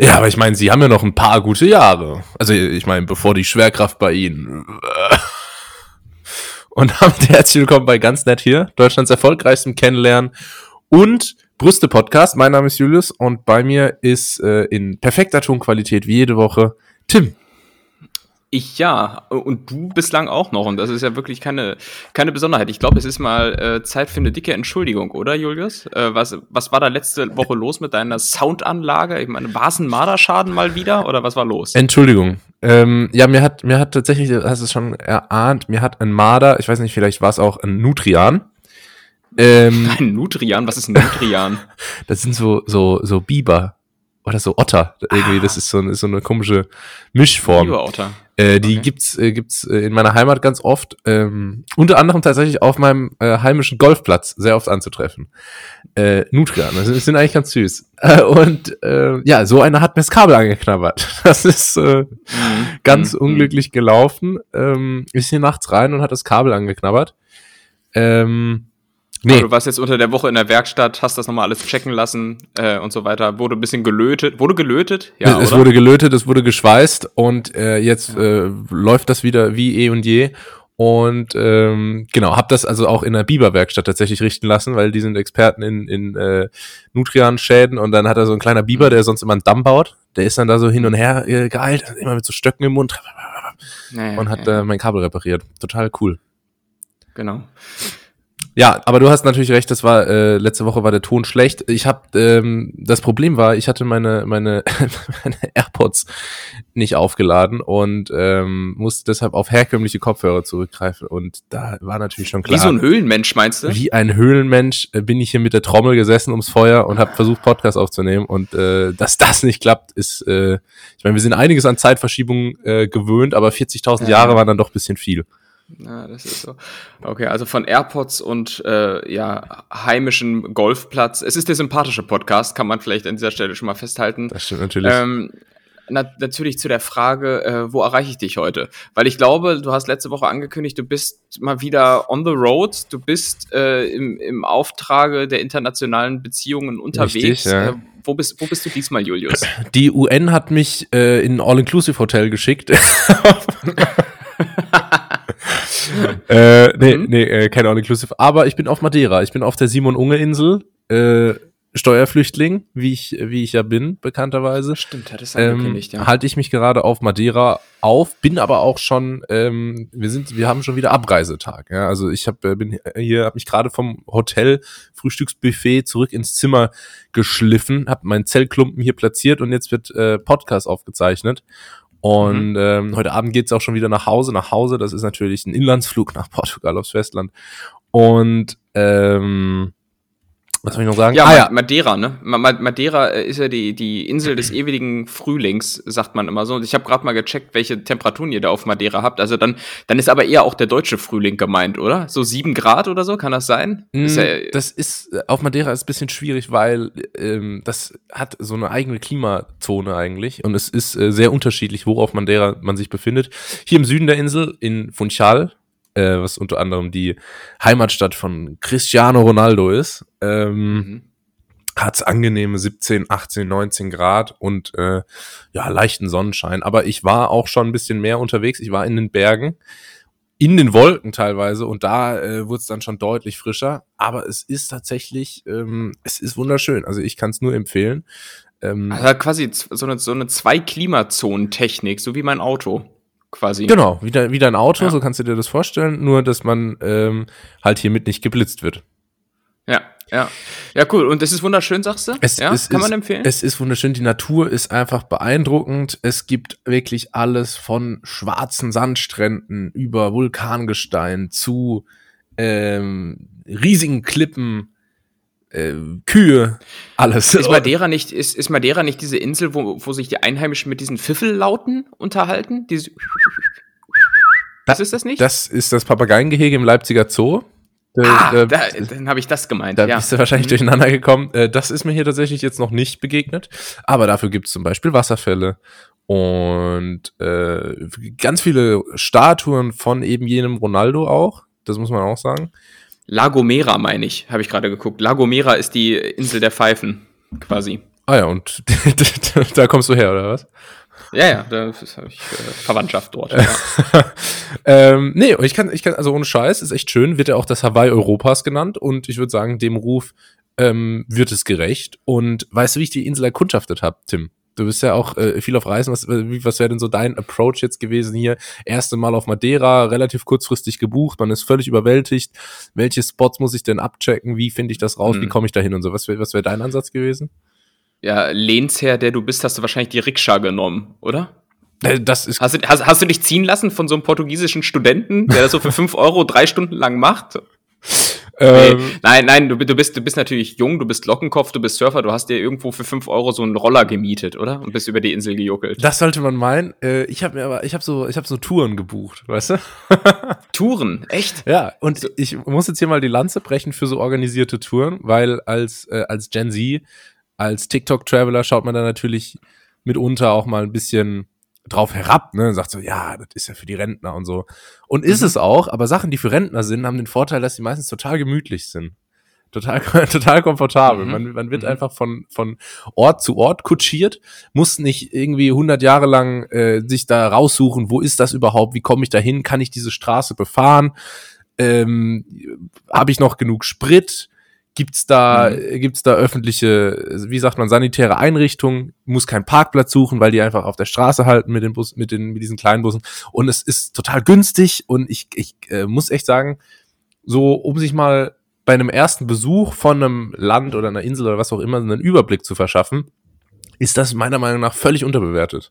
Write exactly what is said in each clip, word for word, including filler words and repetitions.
Ja, aber ich meine, sie haben ja noch ein paar gute Jahre. Also ich meine, bevor die Schwerkraft bei ihnen. Und damit herzlich willkommen bei Ganz Nett hier, Deutschlands erfolgreichstem Kennenlernen und Brüste-Podcast. Mein Name ist Julius und bei mir ist äh, in perfekter Tonqualität wie jede Woche Tim. Ich ja, und du bislang auch noch. Und das ist ja wirklich keine, keine Besonderheit. Ich glaube, es ist mal äh, Zeit für eine dicke Entschuldigung, oder Julius? Äh, was, was war da letzte Woche los mit deiner Soundanlage? Ich meine, war es ein Marderschaden mal wieder oder was war los? Entschuldigung. Ähm, ja, mir hat, mir hat tatsächlich, hast du es schon erahnt, mir hat ein Marder, ich weiß nicht, vielleicht war es auch ein Nutrian. Ähm, ein Nutrian? Was ist ein Nutrian? Das sind so, so, so Biber. Oder so Otter, irgendwie, ah. das ist so, ist so eine komische Mischform. Biber-Otter. Äh, die okay. gibt's, äh, gibt's äh, in meiner Heimat ganz oft, ähm, unter anderem tatsächlich auf meinem äh, heimischen Golfplatz sehr oft anzutreffen. Äh, Nutrian, das sind, das sind eigentlich ganz süß. Äh, und äh, ja, so einer hat mir das Kabel angeknabbert. Das ist äh, mhm. ganz mhm. unglücklich gelaufen. Ähm, ist hier nachts rein und hat das Kabel angeknabbert. Ähm, Nee. Aber du warst jetzt unter der Woche in der Werkstatt, hast das nochmal alles checken lassen äh, und so weiter. Wurde ein bisschen gelötet. Wurde gelötet? Ja, es oder? wurde gelötet, es wurde geschweißt und äh, jetzt äh, läuft das wieder wie eh und je. Und ähm, genau, hab das also auch in der Biber-Werkstatt tatsächlich richten lassen, weil die sind Experten in, in äh, Nutrian-Schäden. Und dann hat er so ein kleiner Biber, der sonst immer einen Damm baut. Der ist dann da so hin und her äh, geeilt, immer mit so Stöcken im Mund naja, und hat ja. äh, mein Kabel repariert. Total cool. Genau. Ja, aber du hast natürlich recht, das war, äh, letzte Woche war der Ton schlecht. Ich habe, ähm, das Problem war, ich hatte meine meine, meine AirPods nicht aufgeladen und ähm, musste deshalb auf herkömmliche Kopfhörer zurückgreifen und da war natürlich schon klar. Wie so ein Höhlenmensch, meinst du? Wie ein Höhlenmensch äh, bin ich hier mit der Trommel gesessen ums Feuer und habe versucht, Podcast aufzunehmen und äh, dass das nicht klappt, ist, äh, ich meine, wir sind einiges an Zeitverschiebung äh, gewöhnt, aber vierzigtausend ja. Jahre waren dann doch ein bisschen viel. Ja, das ist so. Okay, also von AirPods und äh, ja, heimischen Golfplatz. Es ist der sympathische Podcast, kann man vielleicht an dieser Stelle schon mal festhalten. Das stimmt natürlich. Ähm, na, natürlich zu der Frage, äh, wo erreiche ich dich heute? Weil ich glaube, du hast letzte Woche angekündigt, du bist mal wieder on the road. Du bist äh, im, im Auftrage der internationalen Beziehungen unterwegs. Richtig, ja. äh, wo, bist, wo bist du diesmal, Julius? Die U N hat mich äh, in ein All-Inclusive-Hotel geschickt. äh, nee, mhm. nee, äh, kein All-Inclusive. Aber ich bin auf Madeira. Ich bin auf der Simon-Unge-Insel. Äh, Steuerflüchtling, wie ich, wie ich ja bin, bekannterweise. Stimmt, hat es angekündigt, ähm, ja. Halte ich mich gerade auf Madeira auf, bin aber auch schon, ähm, wir sind, wir haben schon wieder Abreisetag. Ja, also ich hab, bin hier, habe mich gerade vom Hotel Frühstücksbuffet zurück ins Zimmer geschliffen, habe meinen Zellklumpen hier platziert und jetzt wird äh, Podcast aufgezeichnet. Und mhm. ähm, heute Abend geht's auch schon wieder nach Hause. Nach Hause, das ist natürlich ein Inlandsflug nach Portugal aufs Festland. Und ähm, was soll ich noch sagen? Ja, ah, ja. Madeira, ne? Madeira ist ja die die Insel des ewigen Frühlings, sagt man immer so. Und ich habe gerade mal gecheckt, welche Temperaturen ihr da auf Madeira habt. Also dann dann ist aber eher auch der deutsche Frühling gemeint, oder? So sieben Grad oder so, kann das sein? Mm, ist ja, das ist, auf Madeira ist ein bisschen schwierig, weil ähm, das hat so eine eigene Klimazone eigentlich. Und es ist äh, sehr unterschiedlich, wo auf Madeira man sich befindet. Hier im Süden der Insel, in Funchal, Äh, was unter anderem die Heimatstadt von Cristiano Ronaldo ist, ähm, mhm. hat es angenehme siebzehn, achtzehn, neunzehn Grad und äh, ja, leichten Sonnenschein. Aber ich war auch schon ein bisschen mehr unterwegs. Ich war in den Bergen, in den Wolken teilweise und da äh, wurde es dann schon deutlich frischer. Aber es ist tatsächlich, ähm, es ist wunderschön. Also ich kann es nur empfehlen. Ähm, also quasi so eine, so eine Zwei-Klimazonen-Technik, so wie mein Auto. Quasi. Genau, wie, de, wie dein Auto, ja. So kannst du dir das vorstellen, nur dass man ähm, halt hiermit nicht geblitzt wird. Ja, ja. Ja, cool. Und es ist wunderschön, sagst du? Es, ja, es kann ist, man empfehlen? Es ist wunderschön, die Natur ist einfach beeindruckend. Es gibt wirklich alles von schwarzen Sandstränden über Vulkangestein zu ähm, riesigen Klippen, Äh, Kühe, alles. Ist Madeira nicht, ist, ist Madeira nicht diese Insel, wo, wo sich die Einheimischen mit diesen Pfiffellauten unterhalten? Diese das ist das nicht? Das ist das Papageiengehege im Leipziger Zoo. Äh, ah, äh, da, dann habe ich das gemeint. Da ja. bist du wahrscheinlich mhm. durcheinander gekommen. Äh, das ist mir hier tatsächlich jetzt noch nicht begegnet. Aber dafür gibt es zum Beispiel Wasserfälle und äh, ganz viele Statuen von eben jenem Ronaldo auch. Das muss man auch sagen. La Gomera, meine ich, habe ich gerade geguckt. La Gomera ist die Insel der Pfeifen, quasi. Ah ja, und da kommst du her, oder was? Ja, ja, da habe ich äh, Verwandtschaft dort. Ja. ähm, nee, ich kann, ich kann, also ohne Scheiß, ist echt schön, wird ja auch das Hawaii Europas genannt und ich würde sagen, dem Ruf ähm, wird es gerecht. Und weißt du, wie ich die Insel erkundschaftet habe, Tim? Du bist ja auch äh, viel auf Reisen. Was, was wäre denn so dein Approach jetzt gewesen hier? Erste Mal auf Madeira, relativ kurzfristig gebucht, man ist völlig überwältigt. Welche Spots muss ich denn abchecken? Wie finde ich das raus? Hm. Wie komme ich da hin und so? Was wäre was wär dein Ansatz gewesen? Ja, Lehnsherr, der du bist, hast du wahrscheinlich die Rikscha genommen, oder? Das ist hast, du, hast, hast du dich ziehen lassen von so einem portugiesischen Studenten, der das so für fünf Euro drei Stunden lang macht? Ähm, nee, nein, nein, du, du, bist, du bist natürlich jung, du bist Lockenkopf, du bist Surfer, du hast dir irgendwo für fünf Euro so einen Roller gemietet, oder? Und bist über die Insel gejuckelt. Das sollte man meinen. Äh, ich habe mir aber, ich habe so, ich habe so Touren gebucht, weißt du? Touren? Echt? Ja, und so. Ich muss jetzt hier mal die Lanze brechen für so organisierte Touren, weil als, äh, als Gen Z, als TikTok-Traveler schaut man da natürlich mitunter auch mal ein bisschen drauf herab, ne, und sagt so, ja, das ist ja für die Rentner und so. Und ist mhm. es auch, aber Sachen, die für Rentner sind, haben den Vorteil, dass sie meistens total gemütlich sind. Total, total komfortabel. Mhm. Man, man wird mhm. einfach von, von Ort zu Ort kutschiert, muss nicht irgendwie hundert Jahre lang äh, sich da raussuchen, wo ist das überhaupt, wie komme ich da hin, kann ich diese Straße befahren, ähm, habe ich noch genug Sprit, gibt's da, mhm. gibt's da öffentliche, wie sagt man, sanitäre Einrichtungen, muss keinen Parkplatz suchen, weil die einfach auf der Straße halten mit den Bus, mit den, mit diesen kleinen Bussen. Und es ist total günstig und ich, ich äh, muss echt sagen, so, um sich mal bei einem ersten Besuch von einem Land oder einer Insel oder was auch immer einen Überblick zu verschaffen, ist das meiner Meinung nach völlig unterbewertet.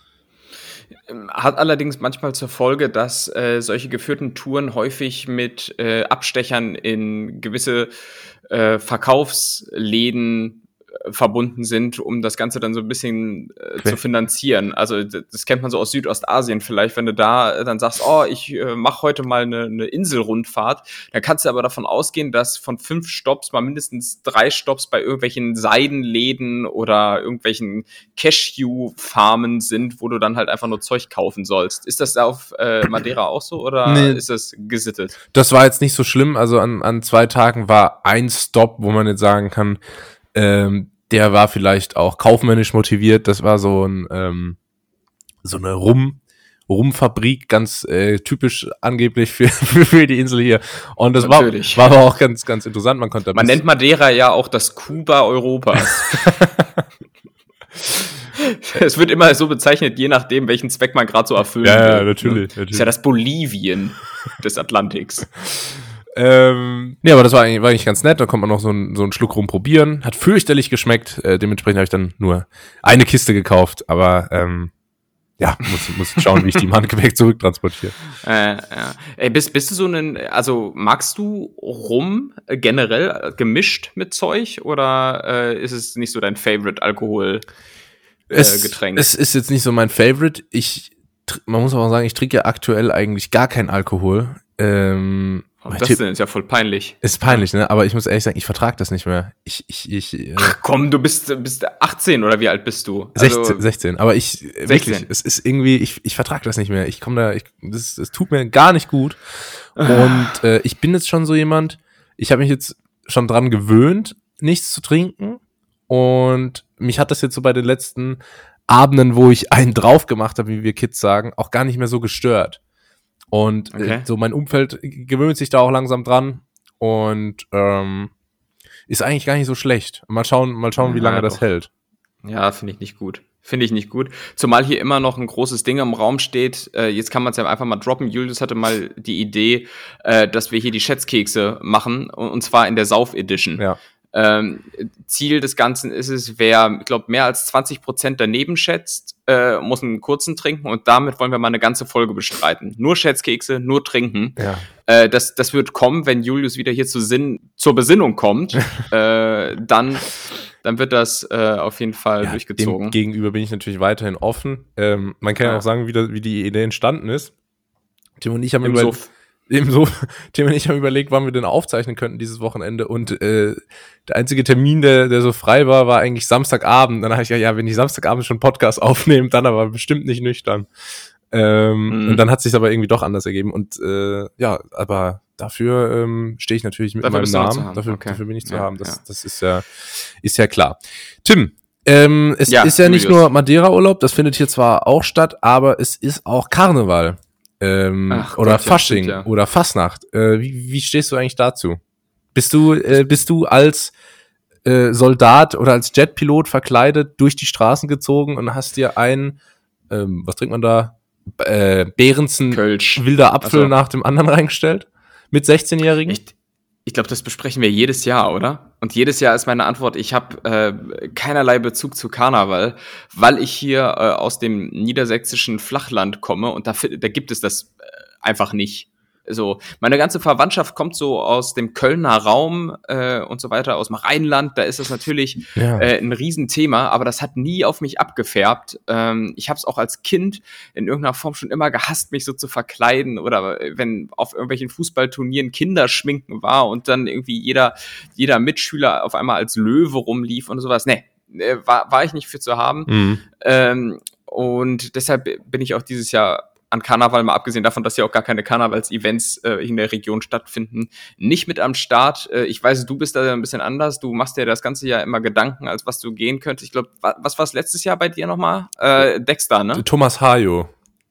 Hat allerdings manchmal zur Folge, dass äh, solche geführten Touren häufig mit äh, Abstechern in gewisse äh, Verkaufsläden äh, verbunden sind, um das Ganze dann so ein bisschen äh, okay. zu finanzieren. Also das kennt man so aus Südostasien vielleicht, wenn du da dann sagst, oh, ich äh, mache heute mal eine, eine Inselrundfahrt, dann kannst du aber davon ausgehen, dass von fünf Stopps mal mindestens drei Stopps bei irgendwelchen Seidenläden oder irgendwelchen Cashew-Farmen sind, wo du dann halt einfach nur Zeug kaufen sollst. Ist das auf äh, Madeira auch so oder nee, ist das gesittet? Das war jetzt nicht so schlimm. Also an, an zwei Tagen war ein Stopp, wo man jetzt sagen kann, ähm, der war vielleicht auch kaufmännisch motiviert. Das war so ein ähm, so eine Rum Rumfabrik, ganz äh, typisch angeblich für, für die Insel hier. Und das war, war aber auch ganz ganz interessant. Man konnte man nennt Madeira ja auch das Kuba Europas. Es wird immer so bezeichnet, je nachdem, welchen Zweck man gerade so erfüllen ja, will. Ja, natürlich, natürlich. Das ist ja das Bolivien des Atlantiks. Ähm, nee, aber das war eigentlich, war eigentlich ganz nett. Da konnte man noch so, ein, so einen Schluck rumprobieren. Hat fürchterlich geschmeckt. Äh, dementsprechend habe ich dann nur eine Kiste gekauft. Aber ähm, ja, muss, muss schauen, wie ich die im Handgepäck zurücktransportiere. Äh, ja. Ey, bist, bist du so ein, also magst du Rum äh, generell äh, gemischt mit Zeug oder äh, ist es nicht so dein Favorite-Alkohol? Es, Getränk. Es ist jetzt nicht so mein Favorite. Ich, man muss aber auch sagen, ich trinke ja aktuell eigentlich gar keinen Alkohol. Ähm, Und das denn, ist ja voll peinlich. Ist peinlich, ne? Aber ich muss ehrlich sagen, ich vertrage das nicht mehr. Ich, ich, ich. Äh Ach komm, du bist, bist achtzehn oder wie alt bist du? Also sechzehn, sechzehn. Aber ich sechzehn. Wirklich, es ist irgendwie, ich, ich vertrage das nicht mehr. Ich komme da, ich, das, das tut mir gar nicht gut. Und äh, ich bin jetzt schon so jemand. Ich habe mich jetzt schon dran gewöhnt, nichts zu trinken. Und mich hat das jetzt so bei den letzten Abenden, wo ich einen drauf gemacht habe, wie wir Kids sagen, auch gar nicht mehr so gestört. Und okay. äh, so mein Umfeld gewöhnt sich da auch langsam dran und ähm, ist eigentlich gar nicht so schlecht. Mal schauen, mal schauen, ja, wie lange ja, das hält. Ja, finde ich nicht gut. Finde ich nicht gut. Zumal hier immer noch ein großes Ding im Raum steht. Äh, jetzt kann man es ja einfach mal droppen. Julius hatte mal die Idee, äh, dass wir hier die Schätzkekse machen und, und zwar in der Sauf-Edition. Ja. Ähm, Ziel des Ganzen ist es, wer, ich glaube, mehr als zwanzig Prozent daneben schätzt, äh, muss einen kurzen trinken und damit wollen wir mal eine ganze Folge bestreiten. Nur Schätzkekse, nur trinken. Ja. Äh, das, das wird kommen, wenn Julius wieder hier zu Sinn, zur Besinnung kommt. äh, dann, dann wird das äh, auf jeden Fall ja, durchgezogen. Dem gegenüber bin ich natürlich weiterhin offen. Ähm, man kann ja, ja auch sagen, wie, das, wie die Idee entstanden ist. Tim und ich haben über Ebenso, Tim und ich haben überlegt, wann wir denn aufzeichnen könnten dieses Wochenende und äh, der einzige Termin, der, der so frei war, war eigentlich Samstagabend. Dann habe ich gesagt, ja, wenn ich Samstagabend schon Podcast aufnehme, dann aber bestimmt nicht nüchtern. Ähm, mhm. Und dann hat es sich aber irgendwie doch anders ergeben und äh, ja, aber dafür ähm, stehe ich natürlich mit dafür meinem Namen. Dafür, okay. dafür bin ich zu ja, haben. Das, ja. das ist ja, ist ja klar. Tim, Ähm, es Ja, ist ja nicht Julius. nur Madeira-Urlaub, das findet hier zwar auch statt, aber es ist auch Karneval. Ähm, Ach oder Gott, ja, Fasching stimmt, ja. oder Fasnacht. Äh, wie, wie stehst du eigentlich dazu? Bist du, äh, bist du als äh, Soldat oder als Jetpilot verkleidet durch die Straßen gezogen und hast dir ein, ähm, was trinkt man da? B- Äh, Behrensen Kölsch. wilder Apfel Also, nach dem anderen reingestellt? Mit sechzehnjährigen? echt, ich glaube, das besprechen wir jedes Jahr, oder? Und jedes Jahr ist meine Antwort, ich habe äh, keinerlei Bezug zu Karneval, weil ich hier äh, aus dem niedersächsischen Flachland komme und da, fi- da gibt es das äh, einfach nicht. So, meine ganze Verwandtschaft kommt so aus dem Kölner Raum äh, und so weiter, aus dem Rheinland, da ist das natürlich Ja. äh, ein Riesenthema, aber das hat nie auf mich abgefärbt. Ähm, ich habe es auch als Kind in irgendeiner Form schon immer gehasst, mich so zu verkleiden oder wenn auf irgendwelchen Fußballturnieren Kinderschminken war und dann irgendwie jeder, jeder Mitschüler auf einmal als Löwe rumlief und sowas. Nee, äh, war, war ich nicht für zu haben. Mhm. Ähm, und deshalb bin ich auch dieses Jahr an Karneval, mal abgesehen davon, dass ja auch gar keine Karnevals-Events äh, in der Region stattfinden, nicht mit am Start. Äh, ich weiß, du bist da ein bisschen anders. Du machst dir das ganze Jahr immer Gedanken, als was du gehen könntest. Ich glaube, wa- was war es letztes Jahr bei dir nochmal? Äh, Dexter, ne? Thomas Hayo.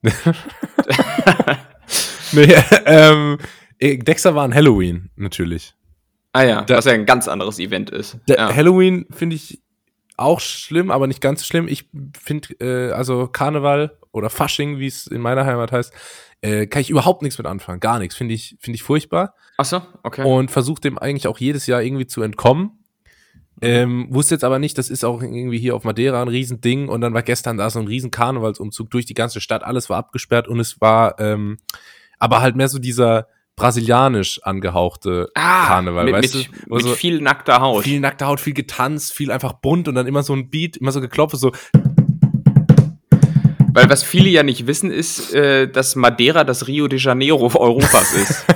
nee, ähm, äh, Dexter war an Halloween, natürlich. Ah ja, Da- was ja ein ganz anderes Event ist. Der Ja. Halloween finde ich auch schlimm, aber nicht ganz so schlimm. Ich finde, äh, also Karneval oder Fasching, wie es in meiner Heimat heißt, äh, kann ich überhaupt nichts mit anfangen. Gar nichts. Finde ich, finde ich furchtbar. Ach so, okay. Und versuche dem eigentlich auch jedes Jahr irgendwie zu entkommen. Ähm, wusste jetzt aber nicht, das ist auch irgendwie hier auf Madeira ein Riesending und dann war gestern da so ein riesen Karnevalsumzug durch die ganze Stadt, alles war abgesperrt und es war ähm, aber halt mehr so dieser brasilianisch angehauchte Karneval, mit, weißt mit, du? Wo mit so viel nackter Haut. viel nackte Haut, viel getanzt, viel einfach bunt und dann immer so ein Beat, immer so geklopft, so Weil was viele ja nicht wissen, ist, äh, dass Madeira das Rio de Janeiro Europas ist.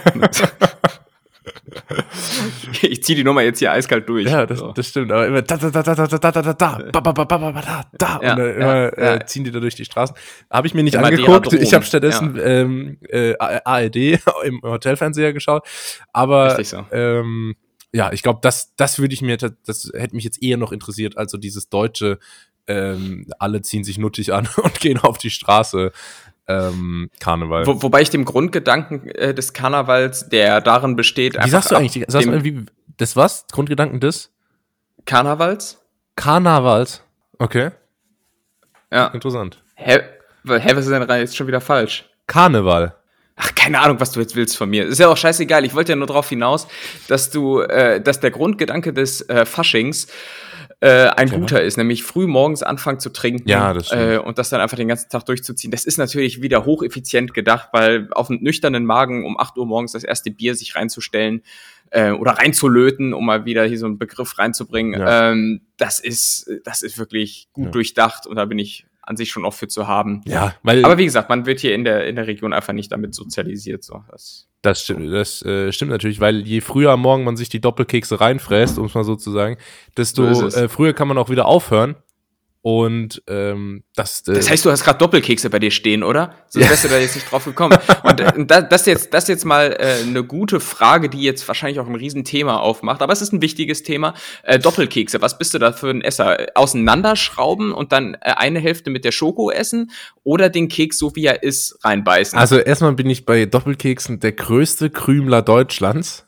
Ich ziehe die Nummer jetzt hier eiskalt durch. ja, das, So. das stimmt, aber immer da da da da da da da da da ba, ba, ba, ba, ba, da da Ja, und dann immer ja, ja. Äh, ziehen die da durch die Straßen. Habe ich mir nicht In Madeira angeguckt. drum. Ich habe stattdessen ähm, äh, A R D im Hotelfernseher geschaut, aber Richtig so. ähm, ja, ich glaube, das das würde ich mir das, das hätte mich jetzt eher noch interessiert, also dieses deutsche ähm, alle ziehen sich nuttig an und gehen auf die Straße. Ähm, Karneval. Wo, wobei ich dem Grundgedanken äh, des Karnevals, der darin besteht, Wie sagst du eigentlich? Die, sagst du dem irgendwie, das was? Grundgedanken des Karnevals? Karnevals. Okay, Ja. interessant. Hä, hä, was ist denn jetzt schon wieder falsch? Karneval. Ach, keine Ahnung, was du jetzt willst von mir. Ist ja auch scheißegal. Ich wollte ja nur darauf hinaus, dass du, äh, dass der Grundgedanke des äh, Faschings äh, ein Ja. guter ist, nämlich früh morgens anfangen zu trinken Ja, das stimmt. äh, und das dann einfach den ganzen Tag durchzuziehen. Das ist natürlich wieder hocheffizient gedacht, weil auf einem nüchternen Magen um acht Uhr morgens das erste Bier sich reinzustellen äh, oder reinzulöten, um mal wieder hier so einen Begriff reinzubringen, Ja. ähm, das ist, das ist wirklich gut Ja. durchdacht und da bin ich an sich schon auch für zu haben. Ja, weil Aber wie gesagt, man wird hier in der, in der Region einfach nicht damit sozialisiert. So. Das, das stimmt, das äh, stimmt natürlich, weil je früher am Morgen man sich die Doppelkekse reinfräst, um es mal so zu sagen, desto So ist es. äh, früher kann man auch wieder aufhören. Und ähm, das, äh, das heißt, du hast gerade Doppelkekse bei dir stehen, oder? Sonst wärst du da jetzt nicht drauf gekommen. Und äh, da, das jetzt, das jetzt mal äh, eine gute Frage, die jetzt wahrscheinlich auch ein Riesenthema aufmacht. Aber es ist ein wichtiges Thema. Äh, Doppelkekse, was bist du da für ein Esser? Auseinanderschrauben und dann äh, eine Hälfte mit der Schoko essen oder den Keks so wie er ist reinbeißen? also erstmal bin ich bei Doppelkeksen der größte Krümler Deutschlands.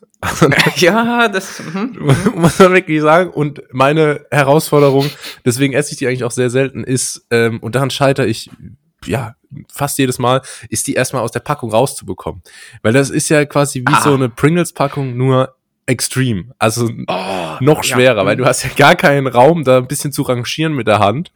ja, das. Mhm. Muss man wirklich sagen. Und meine Herausforderung, deswegen esse ich die eigentlich auch sehr selten, ist, ähm, und daran scheitere ich, ja, fast jedes Mal, ist die erstmal aus der Packung rauszubekommen. Weil das ist ja quasi wie Ah. so eine Pringles-Packung, nur extrem. Also Oh, noch schwerer, ja. weil du hast ja gar keinen Raum, da ein bisschen zu rangieren mit der Hand.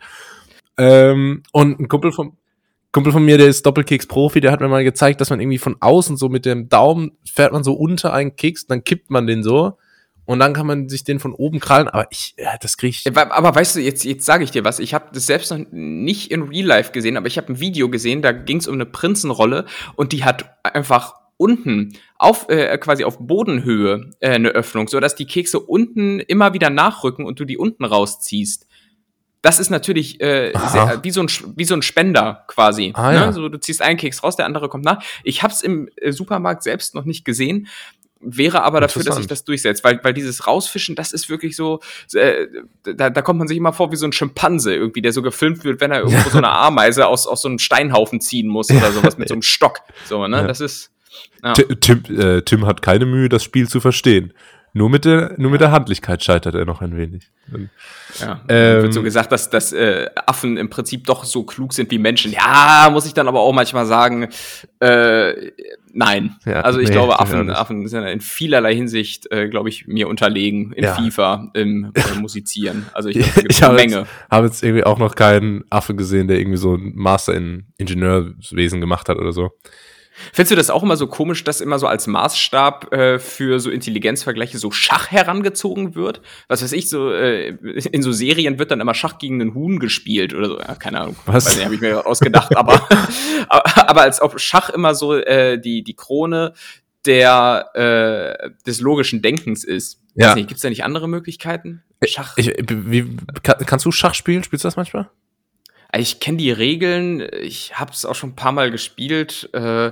Ähm, und ein Kumpel von, Kumpel von mir, der ist Doppelkeks-Profi, der hat mir mal gezeigt, dass man irgendwie von außen so mit dem Daumen fährt man so unter einen Keks, dann kippt man den so und dann kann man sich den von oben krallen, aber ich, ja, das krieg ich. Aber, aber weißt du, jetzt, jetzt sage ich dir was. Ich habe das selbst noch nicht in Real Life gesehen, aber ich habe ein Video gesehen, da ging es um eine Prinzenrolle und die hat einfach unten auf äh, quasi auf Bodenhöhe äh, eine Öffnung, so dass die Kekse unten immer wieder nachrücken und du die unten rausziehst. Das ist natürlich äh, Aha. sehr, wie so ein Sch- wie so ein Spender quasi. Ah, ne? ja. So, du ziehst einen Keks raus, der andere kommt nach. Ich habe es im äh, Supermarkt selbst noch nicht gesehen. wäre aber dafür, dass sich das durchsetzt, weil, weil dieses Rausfischen, das ist wirklich so, äh, da, da kommt man sich immer vor wie so ein Schimpanse irgendwie, der so gefilmt wird, wenn er irgendwo ja. so eine Ameise aus, aus so einem Steinhaufen ziehen muss oder sowas mit so einem Stock. So, ne, ja. das ist. Ja. Tim, äh, Tim hat keine Mühe, das Spiel zu verstehen. Nur mit der, nur mit der Handlichkeit scheitert er noch ein wenig. Ja, ähm, wird so gesagt, dass, dass äh, Affen im Prinzip doch so klug sind wie Menschen. Ja, muss ich dann aber auch manchmal sagen, äh, nein. Ja, also ich nee, glaube, Affen, Affen sind in vielerlei Hinsicht, äh, glaube ich, mir unterlegen in ja. FIFA, im äh, Musizieren. Also ich, glaub, ich habe jetzt, hab jetzt irgendwie auch noch keinen Affe gesehen, der irgendwie so ein Master in Ingenieurwesen gemacht hat oder so. Findest du das auch immer so komisch, dass immer so als Maßstab äh, für so Intelligenzvergleiche so Schach herangezogen wird? Was weiß ich, so äh, in so Serien wird dann immer Schach gegen einen Huhn gespielt oder so. Ja, keine Ahnung, was? Weiß nicht, habe ich mir ausgedacht. aber, aber aber als ob Schach immer so äh, die die Krone der äh, des logischen Denkens ist. Ja. Gibt es da nicht andere Möglichkeiten? Schach. Ich, wie, kann, kannst du Schach spielen? Spielst du das manchmal? Ich kenne die Regeln, ich habe es auch schon ein paar Mal gespielt, äh,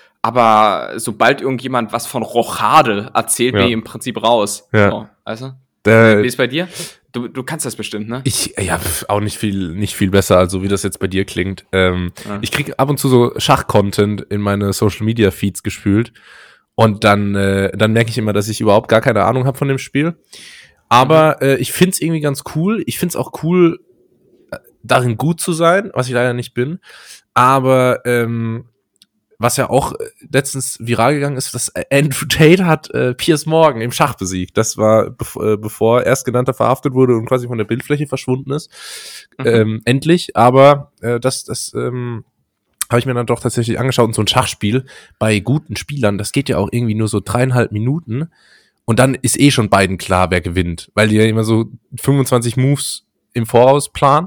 aber sobald irgendjemand was von Rochade erzählt, bin ich im Prinzip raus. Ja. So, weißt du? Der, wie ist bei dir? Du, du kannst das bestimmt, ne? Ich, ja, auch nicht viel, nicht viel besser, also wie das jetzt bei dir klingt. Ähm, ja. Ich krieg ab und zu so Schach-Content in meine Social-Media-Feeds gespült und dann, äh, dann merke ich immer, dass ich überhaupt gar keine Ahnung habe von dem Spiel. Aber mhm. äh, ich find's irgendwie ganz cool. Ich find's auch cool, darin gut zu sein, was ich leider nicht bin, aber ähm, was ja auch letztens viral gegangen ist, dass Andrew Tate hat äh, Piers Morgan im Schach besiegt. Das war bev- äh, bevor Erstgenannter verhaftet wurde und quasi von der Bildfläche verschwunden ist. Mhm. Ähm, endlich, aber äh, das, das ähm, habe ich mir dann doch tatsächlich angeschaut und so ein Schachspiel bei guten Spielern, das geht ja auch irgendwie nur so dreieinhalb Minuten und dann ist eh schon beiden klar, wer gewinnt, weil die ja immer so fünfundzwanzig Moves im Voraus planen.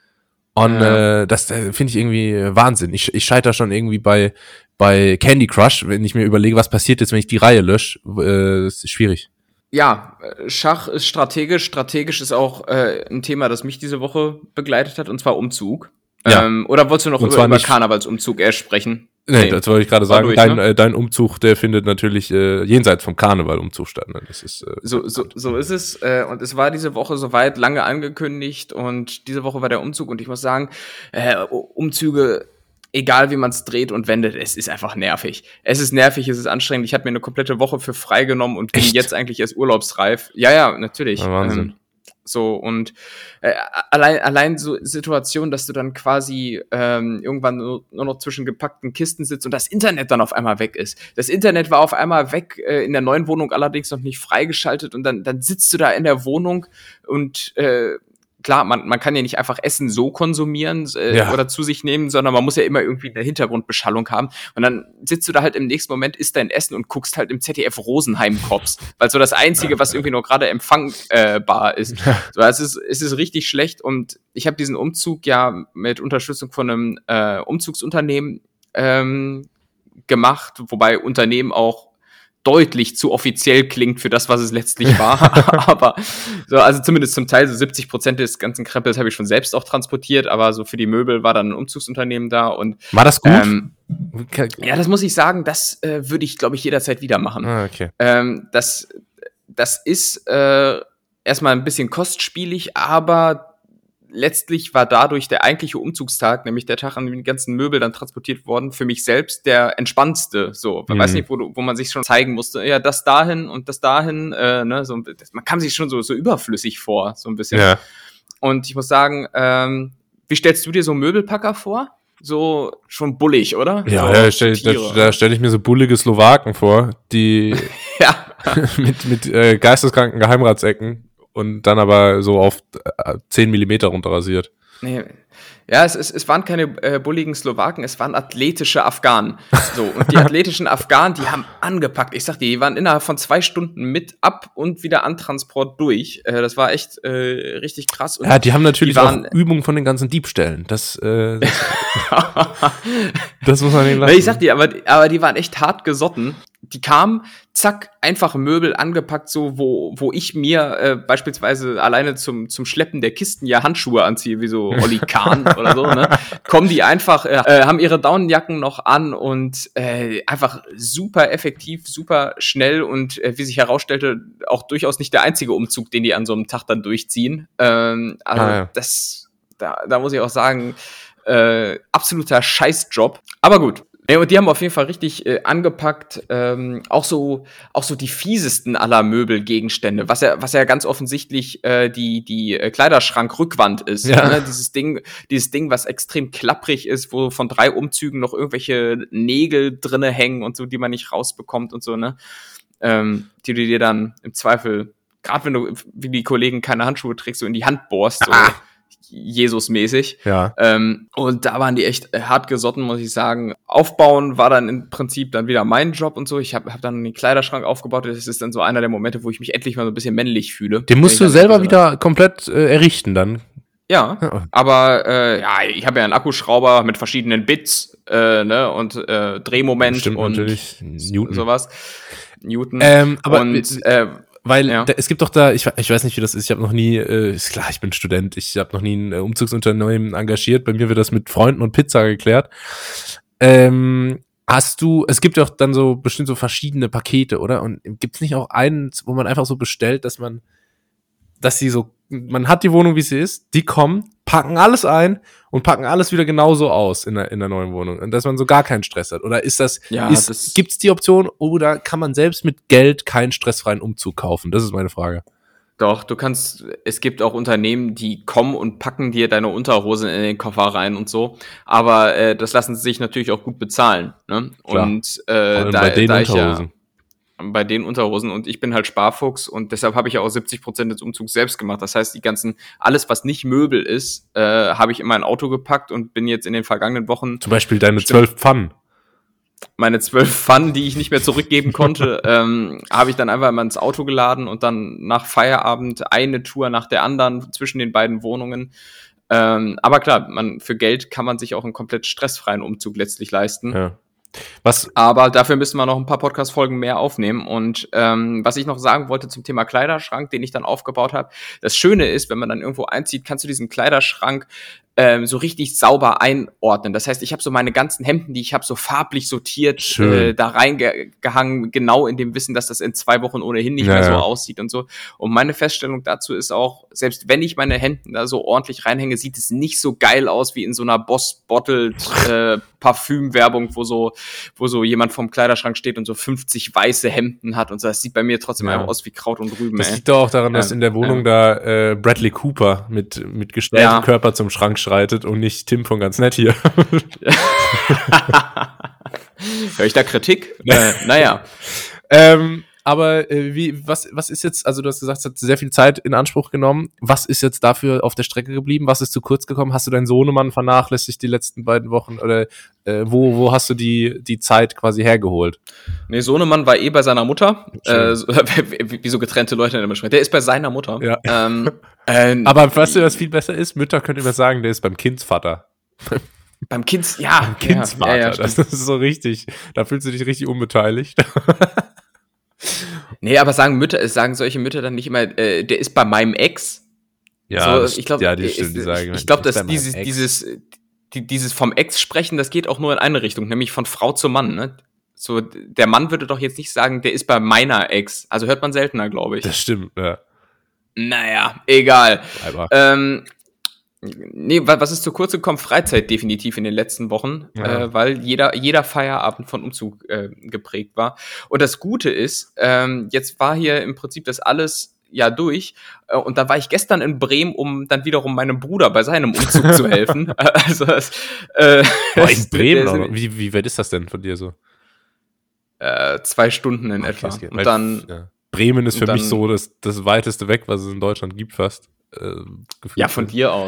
Und ja. äh, das äh, finde ich irgendwie Wahnsinn. Ich, ich scheitere schon irgendwie bei bei Candy Crush, wenn ich mir überlege, was passiert jetzt, wenn ich die Reihe lösche. Äh, das ist schwierig. Ja, Schach ist strategisch. Strategisch ist auch äh, ein Thema, das mich diese Woche begleitet hat, und zwar Umzug. Ja. Ähm, oder wolltest du noch über, über Karnevalsumzug erst sprechen? Nee, nee, das wollte ich gerade sagen. Durch, dein, ne? äh, dein Umzug, der findet natürlich äh, jenseits vom Karneval-Umzug statt. Ne? Das ist, äh, so, so, so ist es. Äh, und es war diese Woche soweit lange angekündigt. Und diese Woche war der Umzug. Und ich muss sagen, äh, Umzüge, egal wie man es dreht und wendet, es ist einfach nervig. Es ist nervig, es ist anstrengend. Ich habe mir eine komplette Woche für frei genommen und bin Echt? jetzt eigentlich erst urlaubsreif. Ja, ja, natürlich. Ja, Wahnsinn. Ähm, So, und äh, allein allein so Situation, dass du dann quasi ähm, irgendwann nur, nur noch zwischen gepackten Kisten sitzt und das Internet dann auf einmal weg ist. Das Internet war auf einmal weg, äh, in der neuen Wohnung allerdings noch nicht freigeschaltet, und dann dann sitzt du da in der Wohnung und äh, klar, man man kann ja nicht einfach Essen so konsumieren äh, ja. oder zu sich nehmen, sondern man muss ja immer irgendwie eine Hintergrundbeschallung haben. Und dann sitzt du da halt im nächsten Moment, isst dein Essen und guckst halt im Z D F Rosenheim-Cops, weil so das Einzige, was irgendwie noch gerade empfangbar ist. So, es ist es ist richtig schlecht, und ich habe diesen Umzug ja mit Unterstützung von einem äh, Umzugsunternehmen ähm, gemacht, wobei Unternehmen auch deutlich zu offiziell klingt für das, was es letztlich war. Aber so, also zumindest zum Teil so siebzig Prozent des ganzen Krempels habe ich schon selbst auch transportiert, aber so für die Möbel war dann ein Umzugsunternehmen da. Und war das gut? Ähm, ja, das muss ich sagen, das äh, würde ich, glaube ich, jederzeit wieder machen. Ah, okay. Ähm, das, das ist äh, erstmal ein bisschen kostspielig, aber letztlich war dadurch der eigentliche Umzugstag, nämlich der Tag, an dem die ganzen Möbel dann transportiert wurden, für mich selbst der entspannendste. So, man mhm. weiß nicht, wo, wo man sich schon zeigen musste, ja, das dahin und das dahin, äh, ne, so, das, man kam sich schon so, so überflüssig vor, so ein bisschen. Ja. Und ich muss sagen, ähm, wie stellst du dir so Möbelpacker vor? So schon bullig, oder? Ja, so ja stell, da, da stelle ich mir so bullige Slowaken vor, die ja. mit, mit äh, geisteskranken Geheimratsecken und dann aber so auf äh, zehn Millimeter runterrasiert. Nee. Ja, es, es, es waren keine äh, bulligen Slowaken, es waren athletische Afghanen. So, und die athletischen Afghanen, die haben angepackt. Ich sag dir, die waren innerhalb von zwei Stunden mit ab und wieder an Transport durch. Äh, das war echt äh, richtig krass. Und ja, die haben natürlich die waren, auch Übungen von den ganzen Diebstählen. Das, äh, das, das muss man denen lassen. Ich sag dir, aber, aber die waren echt hart gesotten. die kamen, zack, einfache Möbel angepackt, so, wo, wo ich mir äh, beispielsweise alleine zum, zum Schleppen der Kisten ja Handschuhe anziehe, wie so Olli Kahn oder so, ne? Kommen die einfach, äh, haben ihre Daunenjacken noch an und äh, einfach super effektiv, super schnell und äh, wie sich herausstellte, auch durchaus nicht der einzige Umzug, den die an so einem Tag dann durchziehen. Ähm, also Ah, ja. das, da, da muss ich auch sagen, äh, absoluter Scheißjob. Aber gut. Ja, und die haben auf jeden Fall richtig äh, angepackt, ähm, auch so auch so die fiesesten aller Möbelgegenstände, was ja was ja ganz offensichtlich äh, die die äh, Kleiderschrankrückwand ist, Ja. ne? Dieses Ding, dieses Ding, was extrem klapprig ist, wo von drei Umzügen noch irgendwelche Nägel drinne hängen und so, die man nicht rausbekommt und so, ne? Ähm, die du dir dann im Zweifel, gerade wenn du wie die Kollegen keine Handschuhe trägst, so in die Hand bohrst, so Ah. Jesus-mäßig. Ja. Ähm, und da waren die echt äh, hart gesotten, muss ich sagen. Aufbauen war dann im Prinzip dann wieder mein Job und so. Ich habe hab dann den Kleiderschrank aufgebaut. Das ist dann so einer der Momente, wo ich mich endlich mal so ein bisschen männlich fühle. Den musst Wenn du ich dann selber so- wieder komplett äh, errichten dann. Ja, Ja. aber äh, ja, ich habe ja einen Akkuschrauber mit verschiedenen Bits äh, ne, und äh, Drehmoment Stimmt und natürlich. Newton. sowas. Newton. Ähm, aber und äh, Weil Ja. da, es gibt doch da, ich, ich weiß nicht, wie das ist, ich habe noch nie, äh, ist klar, ich bin Student, ich habe noch nie ein äh, Umzugsunternehmen engagiert, bei mir wird das mit Freunden und Pizza geklärt. Ähm, hast du, es gibt ja auch dann so bestimmt so verschiedene Pakete, oder? Und gibt's nicht auch eins, wo man einfach so bestellt, dass man, dass sie so, man hat die Wohnung, wie sie ist, die kommen, packen alles ein und packen alles wieder genauso aus in der, in der neuen Wohnung. Und dass man so gar keinen Stress hat. Oder ist das, Ja, ist, das- gibt's die Option oder kann man selbst mit Geld keinen stressfreien Umzug kaufen? Das ist meine Frage. Doch, du kannst, es gibt auch Unternehmen, die kommen und packen dir deine Unterhosen in den Koffer rein und so, aber äh, das lassen sie sich natürlich auch gut bezahlen, ne? Klar. Und äh, Vor allem da, bei den da ich ja, Unterhosen. bei den Unterhosen und ich bin halt Sparfuchs und deshalb habe ich ja auch siebzig Prozent des Umzugs selbst gemacht. Das heißt, die ganzen, alles was nicht Möbel ist, äh, habe ich in mein Auto gepackt und bin jetzt in den vergangenen Wochen Zum Beispiel deine Stimmt. zwölf Pfannen. meine zwölf Pfannen, die ich nicht mehr zurückgeben konnte, ähm, habe ich dann einfach mal ins Auto geladen und dann nach Feierabend eine Tour nach der anderen zwischen den beiden Wohnungen. Ähm, aber klar, man, für Geld kann man sich auch einen komplett stressfreien Umzug letztlich leisten. Ja. Was, Aber dafür müssen wir noch ein paar Podcast-Folgen mehr aufnehmen. Und ähm, was ich noch sagen wollte zum Thema Kleiderschrank, den ich dann aufgebaut habe. Das Schöne ist, wenn man dann irgendwo einzieht, kannst du diesen Kleiderschrank ähm, so richtig sauber einordnen. Das heißt, ich habe so meine ganzen Hemden, die ich habe, so farblich sortiert, Schön. äh, da reingehangen, genau in dem Wissen, dass das in zwei Wochen ohnehin nicht Ja, mehr so ja. aussieht und so. Und meine Feststellung dazu ist auch, selbst wenn ich meine Hemden da so ordentlich reinhänge, sieht es nicht so geil aus wie in so einer Boss-Bottled äh, Parfüm-Werbung, wo so, wo so jemand vorm Kleiderschrank steht und so fünfzig weiße Hemden hat und so. Das sieht bei mir trotzdem Ja. einfach aus wie Kraut und Rüben, das ey. liegt doch auch daran, dass Ja, in der Wohnung ja. da äh, Bradley Cooper mit, mit gestelltem Ja. Körper zum Schrank schreitet und nicht Tim von ganz nett hier. Höre ich da Kritik? äh, naja. ähm, aber äh, wie, was, was ist jetzt, also du hast gesagt, es hat sehr viel Zeit in Anspruch genommen. Was ist jetzt dafür auf der Strecke geblieben? Was ist zu kurz gekommen? Hast du deinen Sohnemann vernachlässigt die letzten beiden Wochen? Oder äh, wo, wo hast du die, die Zeit quasi hergeholt? Nee, Sohnemann war eh bei seiner Mutter. Schön. Äh, so, wie, wie so getrennte Leute in der Beschreibung. Der ist bei seiner Mutter. Ja. Ähm, äh, Aber weißt du, was viel besser ist? Mütter könnt ihr mir sagen, der ist beim Kindsvater. beim Kind, ja. Kindsvater, ja, ja, ja, das stimmt. ist so richtig. Da fühlst du dich richtig unbeteiligt. Nee, aber sagen Mütter, sagen solche Mütter dann nicht immer, äh, der ist bei meinem Ex. so, das- ich glaube, ja, die stimmt, die sagen. ich glaube, ist dass bei meinem dieses, Ex. dieses, die, dieses vom Ex sprechen, das geht auch nur in eine Richtung, nämlich von Frau zu Mann, ne? So, der Mann würde doch jetzt nicht sagen, der ist bei meiner Ex. Also hört man seltener, glaube ich. Das stimmt, ja. Naja, egal. Aber, Ähm, nee, wa- was ist zu kurz gekommen? Freizeit definitiv in den letzten Wochen, Ja. äh, weil jeder, jeder Feierabend von Umzug äh, geprägt war. Und das Gute ist, ähm, jetzt war hier im Prinzip das alles ja durch. Äh, und dann war ich gestern in Bremen, um dann wiederum meinem Bruder bei seinem Umzug zu helfen. Also das, äh, Boah, in Bremen, der- auch noch. wie, wie weit ist das denn von dir so? äh, zwei Stunden in Okay, etwa. es geht. Und Weil, dann, ja. Bremen ist und für mich dann- so das, das weiteste weg, was es in Deutschland gibt fast. Äh, gefühlt. ja, von dir aus.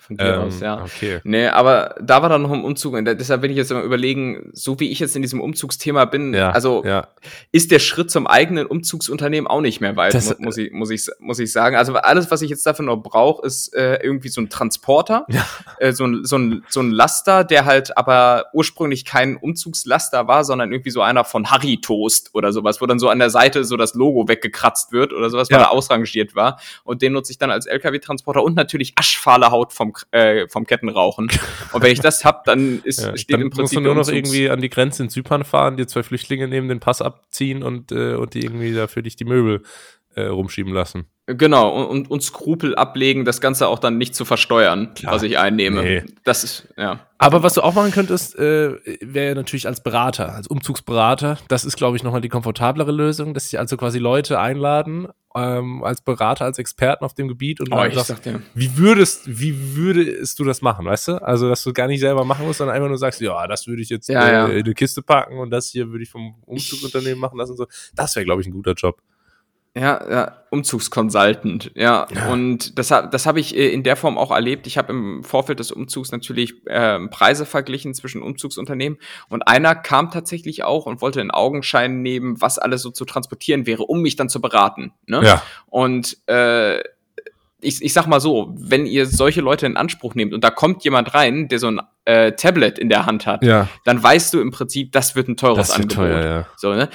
von dir ähm, aus, ja. Okay. Nee, aber da war dann noch ein Umzug und deshalb bin ich jetzt immer überlegen, so wie ich jetzt in diesem Umzugsthema bin, Ja, also ja. ist der Schritt zum eigenen Umzugsunternehmen auch nicht mehr weit, Das- mu- muss ich, muss ich, muss ich sagen. Also alles, was ich jetzt dafür noch brauche, ist äh, irgendwie so ein Transporter, Ja. äh, so ein, so ein, so ein Laster, der halt aber ursprünglich kein Umzugslaster war, sondern irgendwie so einer von Harry Toast oder sowas, wo dann so an der Seite so das Logo weggekratzt wird oder sowas, weil Ja. er ausrangiert war. Und den nutze ich dann als L K W-Transporter und natürlich aschfahle Haut vom, äh, vom Kettenrauchen. Und wenn ich das hab, dann ist, Ja, steht dann im musst du Prinzip nur noch der Umzugs- irgendwie an die Grenze in Zypern fahren, dir zwei Flüchtlinge nehmen, den Pass abziehen und, äh, und die irgendwie da für dich die Möbel äh, rumschieben lassen. Genau, und, und, und Skrupel ablegen, das Ganze auch dann nicht zu versteuern, Klar. was ich einnehme. Nee. Das ist, ja. Aber was du auch machen könntest, äh, wäre natürlich als Berater, als Umzugsberater. Das ist, glaube ich, nochmal die komfortablere Lösung, dass sie also quasi Leute einladen, ähm, als Berater, als Experten auf dem Gebiet und Oh, dann ich sagst, sag dir. wie würdest, wie würdest du das machen, weißt du? Also, dass du gar nicht selber machen musst, sondern einfach nur sagst, ja, das würde ich jetzt Ja, äh, ja. in eine Kiste packen und das hier würde ich vom Umzugsunternehmen machen lassen und so. Das wäre, glaube ich, ein guter Job. Ja, ja, Umzugsconsultant, ja. Ja. Und das, hab- das habe ich äh, in der Form auch erlebt. Ich habe im Vorfeld des Umzugs natürlich ähm, Preise verglichen zwischen Umzugsunternehmen und einer kam tatsächlich auch und wollte in Augenschein nehmen, was alles so zu transportieren wäre, um mich dann zu beraten. Ne? Ja. Und äh, ich, ich sag mal so, wenn ihr solche Leute in Anspruch nehmt und da kommt jemand rein, der so ein äh, Tablet in der Hand hat, Ja. dann weißt du im Prinzip, das wird ein teures Das wird Angebot. teuer, ja. So, ne?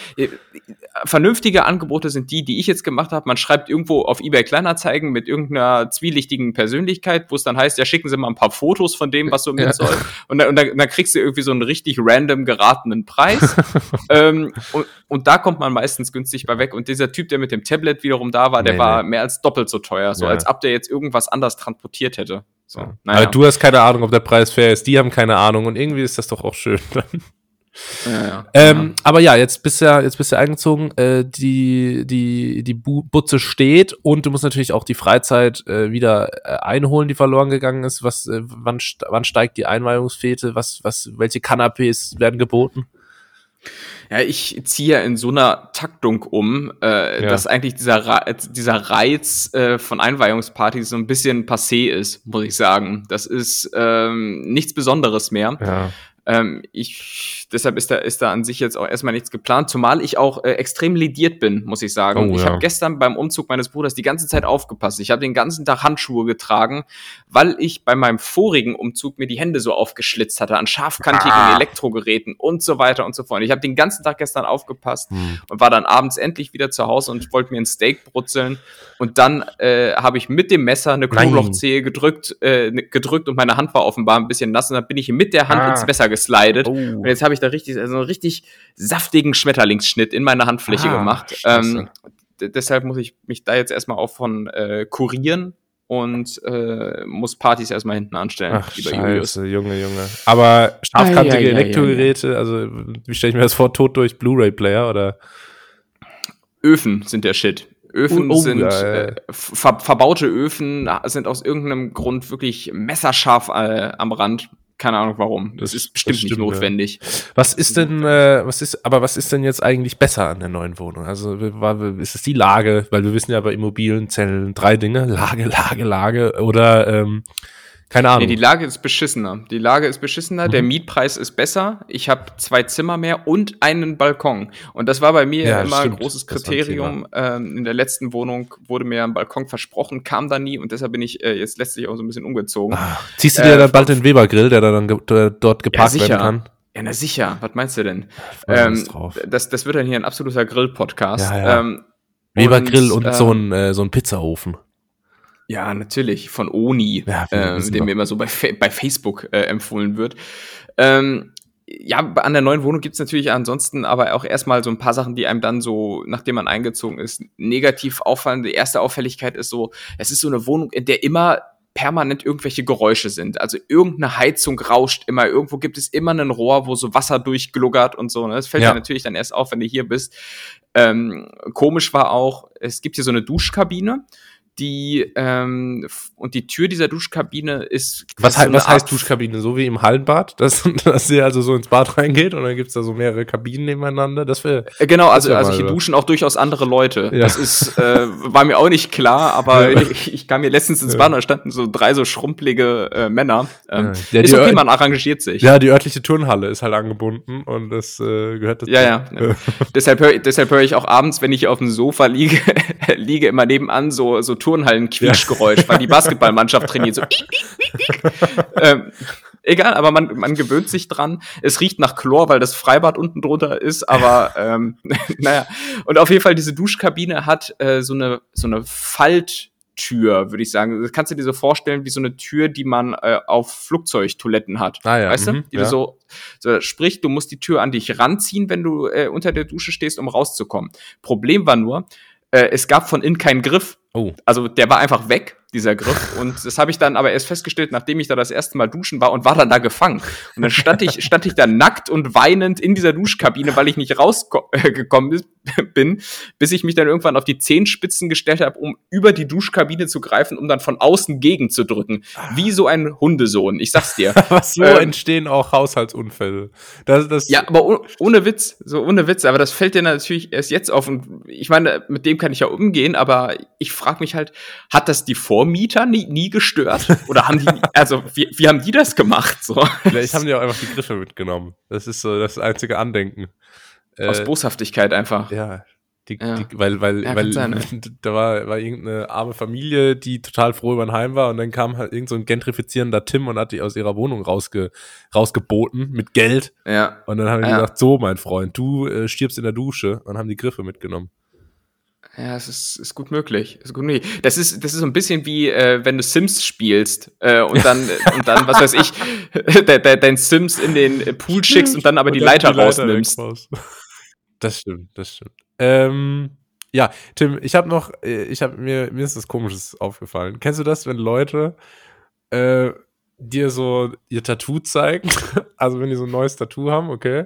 Vernünftige Angebote sind die, die ich jetzt gemacht habe. Man schreibt irgendwo auf eBay Kleinanzeigen mit irgendeiner zwielichtigen Persönlichkeit, wo es dann heißt, ja, schicken Sie mal ein paar Fotos von dem, was so mit Ja. soll. Und dann, und dann, dann kriegst du irgendwie so einen richtig random geratenen Preis. ähm, und, und da kommt man meistens günstig bei weg. Und dieser Typ, der mit dem Tablet wiederum da war, der Nee, war nee. mehr als doppelt so teuer. So Ja. als ob der jetzt irgendwas anders transportiert hätte. So, Ja. naja. Aber du hast keine Ahnung, ob der Preis fair ist. Die haben keine Ahnung und irgendwie ist das doch auch schön. ja, ja. Ähm, aber ja, jetzt bist du ja, jetzt bist du eingezogen, äh, die, die, die Bu- Butze steht und du musst natürlich auch die Freizeit äh, wieder äh, einholen, die verloren gegangen ist. Was, äh, wann, st- wann steigt die Einweihungsfete? Was, was, welche Kanapés werden geboten? Ja, ich ziehe ja in so einer Taktung um, äh, Ja. dass eigentlich dieser, Re dieser Reiz äh, von Einweihungspartys so ein bisschen passé ist, muss ich sagen. Das ist ähm, nichts Besonderes mehr. Ja. Ähm, ich, deshalb ist da, ist da an sich jetzt auch erstmal nichts geplant, zumal ich auch äh, extrem lediert bin, muss ich sagen. Oh, ich ja. habe gestern beim Umzug meines Bruders die ganze Zeit aufgepasst. Ich habe den ganzen Tag Handschuhe getragen, weil ich bei meinem vorigen Umzug mir die Hände so aufgeschlitzt hatte an scharfkantigen Ah. Elektrogeräten und so weiter und so fort. Ich habe den ganzen Tag gestern aufgepasst Hm. und war dann abends endlich wieder zu Hause und wollte mir ein Steak brutzeln. Und dann äh, habe ich mit dem Messer eine Nein. Knoblauchzehe gedrückt, äh, ne- gedrückt und meine Hand war offenbar ein bisschen nass. Und dann bin ich mit der Hand Ah. ins Messer geslidet. Oh. Und jetzt habe ich da richtig, also einen richtig saftigen Schmetterlingsschnitt in meine Handfläche Ah, gemacht. scheiße. Ähm, d- deshalb muss ich mich da jetzt erstmal auch von äh, kurieren und äh, muss Partys erstmal hinten anstellen, Ach, lieber Julius. scheiße, Junge, Junge. Aber scharfkantige Ei, ei, ei, ei, Elektrogeräte, also wie stelle ich mir das vor, tot durch Blu-ray-Player oder? Öfen sind der Shit. Öfen Oh, oh, sind ja, ja. äh, ver verbaute Öfen, sind aus irgendeinem Grund wirklich messerscharf äh, am Rand. Keine Ahnung warum. Das, Das- ist bestimmt das stimmt, nicht ja. notwendig. Was ist denn, äh, was ist, aber was ist denn jetzt eigentlich besser an der neuen Wohnung? Also war, ist es die Lage, weil wir wissen ja bei Immobilien zählen drei Dinge, Lage, Lage, Lage oder ähm, keine Ahnung. Nee, die Lage ist beschissener. Die Lage ist beschissener, Mhm. der Mietpreis ist besser. Ich habe zwei Zimmer mehr und einen Balkon. Und das war bei mir Ja, immer stimmt. ein großes Das war ein Kriterium. Ähm, in der letzten Wohnung wurde mir ein Balkon versprochen, kam da nie und deshalb bin ich äh, jetzt letztlich auch so ein bisschen umgezogen. Ah, ziehst du dir Äh, dann bald den Weber-Grill, der dann ge der dort geparkt sicher. werden kann? Ja, na sicher. Was meinst du denn? freue mich Ähm, jetzt drauf. das, das wird dann hier ein absoluter Grill-Podcast. Ja, ja. Ähm, Weber-Grill und, ähm, so ein äh, so ein Pizzaofen. Ja, natürlich, von Oni, Ja, wir äh, wissen der doch. mir immer so bei, Fa- bei Facebook äh, empfohlen wird. Ähm, ja, an der neuen Wohnung gibt's natürlich ansonsten aber auch erstmal so ein paar Sachen, die einem dann so, nachdem man eingezogen ist, negativ auffallen. Die erste Auffälligkeit ist so, es ist so eine Wohnung, in der immer permanent irgendwelche Geräusche sind. Also irgendeine Heizung rauscht immer, irgendwo gibt es immer ein Rohr, wo so Wasser durchgluckert und so. Ne? Das fällt Ja. dir natürlich dann erst auf, wenn du hier bist. Ähm, komisch war auch, es gibt hier so eine Duschkabine, die ähm, f- und die Tür dieser Duschkabine ist Was, ist hei- so eine was heißt Art- Duschkabine? So wie im Hallenbad? Dass, dass ihr also so ins Bad reingeht und dann gibt's da so mehrere Kabinen nebeneinander? Das wäre. Äh, Genau, also, wär also mal hier was. duschen auch durchaus andere Leute. Ja. Das ist, äh, war mir auch nicht klar, aber Ja. ich, ich kam hier letztens ins Ja. Bad und da standen so drei so schrumpelige äh, Männer. Ähm, Ja. Ja, ist die- okay, man arrangiert sich. Ja, die örtliche Turnhalle ist halt angebunden und das äh, gehört dazu. Ja, ja. ja. deshalb höre deshalb hör ich auch abends, wenn ich auf dem Sofa liege, liege immer nebenan so, so Turnhallen-Quietschgeräusch, weil die Basketballmannschaft trainiert. So. ähm, egal, aber man, man gewöhnt sich dran. Es riecht nach Chlor, weil das Freibad unten drunter ist, aber ähm, naja. Und auf jeden Fall, diese Duschkabine hat äh, so eine, so eine Falttür, würde ich sagen. Das kannst du dir so vorstellen wie so eine Tür, die man äh, auf Flugzeugtoiletten hat. Ah ja, Weißt du? mhm, Die ja. du so, so, sprich, du musst die Tür an dich ranziehen, wenn du äh, unter der Dusche stehst, um rauszukommen. Problem war nur, äh, es gab von innen keinen Griff. Oh. Also der war einfach weg, dieser Griff. Und das habe ich dann aber erst festgestellt, nachdem ich da das erste Mal duschen war und war dann da gefangen. Und dann stand ich, stand ich da nackt und weinend in dieser Duschkabine, weil ich nicht rausgekommen bin, bis ich mich dann irgendwann auf die Zehenspitzen gestellt habe, um über die Duschkabine zu greifen, um dann von außen gegenzudrücken. Wie so ein Hundesohn, ich sag's dir. Was so Ähm, entstehen auch Haushaltsunfälle. Das, das, Ja, aber oh, ohne Witz, so ohne Witz, aber das fällt dir natürlich erst jetzt auf und ich meine, mit dem kann ich ja umgehen, aber ich frage mich halt, hat das die Vormieter nie, nie gestört? Oder haben die, also wie, wie haben die das gemacht? So? Vielleicht haben die auch einfach die Griffe mitgenommen. Das ist so das einzige Andenken. Aus Äh, Boshaftigkeit einfach. Ja, die, Ja. Die, weil, weil, Ja, weil kann sein, ne? da war, war irgendeine arme Familie, die total froh über ein Heim war und dann kam halt irgend so ein gentrifizierender Tim und hat die aus ihrer Wohnung rausge, rausgeboten mit Geld Ja. und dann haben die Ja. gesagt, so mein Freund, du äh, stirbst in der Dusche und haben die Griffe mitgenommen. Ja, es ist, ist gut möglich. Ist gut möglich. Das ist, das ist so ein bisschen wie, äh, wenn du Sims spielst äh, und dann, und dann, was weiß ich, de, de, dein Sims in den äh, Pool schickst und dann aber die dann Leiter rausnimmst. raus. Das stimmt, das stimmt. Ähm, ja, Tim, ich habe noch, äh, ich habe mir, mir ist das Komisches aufgefallen. Kennst du das, wenn Leute äh, dir so ihr Tattoo zeigen? Also wenn die so ein neues Tattoo haben, okay?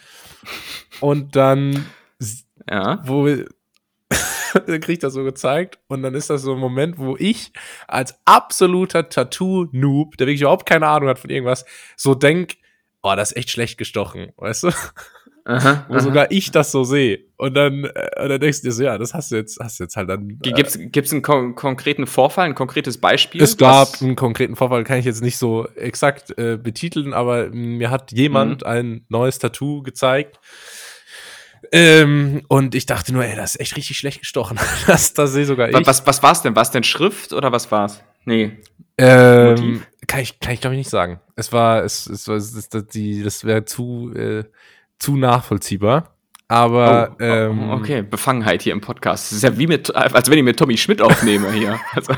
Und dann, s- Ja. wo dann krieg ich das so gezeigt und dann ist das so ein Moment, wo ich als absoluter Tattoo-Noob, der wirklich überhaupt keine Ahnung hat von irgendwas, so denk, oh, das ist echt schlecht gestochen, weißt du? Aha, Wo aha. sogar ich das so sehe. Und dann, äh, und dann denkst du dir so, ja, das hast du jetzt, hast du jetzt halt dann. G- Gibt's, gibt's einen kon konkreten Vorfall, ein konkretes Beispiel? Es gab Was- einen konkreten Vorfall, kann ich jetzt nicht so exakt äh, betiteln, aber mh, mir hat jemand Mhm. ein neues Tattoo gezeigt. Ähm, und ich dachte nur, ey, das ist echt richtig schlecht gestochen. das das sehe sogar Wa- ich. Was, was war's denn? War's denn Schrift oder was war's? Nee. Ähm, Motiv? kann ich, kann ich glaube ich nicht sagen. Es war, es, es war, es, das, die, das wäre zu, äh, zu nachvollziehbar. Aber, Oh, ähm, oh, okay, Befangenheit hier im Podcast. Das ist ja wie mit, als wenn ich mit Tommy Schmidt aufnehme hier. Also,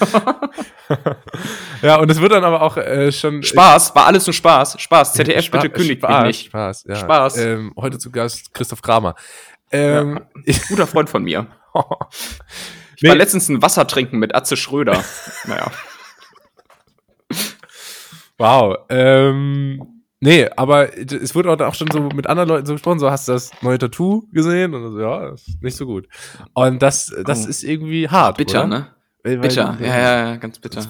ja, und es wird dann aber auch äh, schon. Spaß, war alles nur Spaß. Spaß. Z D F, Spa- bitte kündigt Spaß, mich nicht. Spaß, ja. Spaß. Ähm, heute zu Gast Christoph Kramer. Ähm, ich, Guter Freund von mir. Ich Nee. war letztens ein Wasser trinken mit Atze Schröder. Naja. wow. Ähm, nee, aber es wurde auch schon so mit anderen Leuten so gesprochen, so hast du das neue Tattoo gesehen? Und so, ja, das ist nicht so gut. Und das, das Oh. ist irgendwie hart, Bitter, oder? ne? Weil- weil- Bitter. Ja, ja, ja, ganz bitter.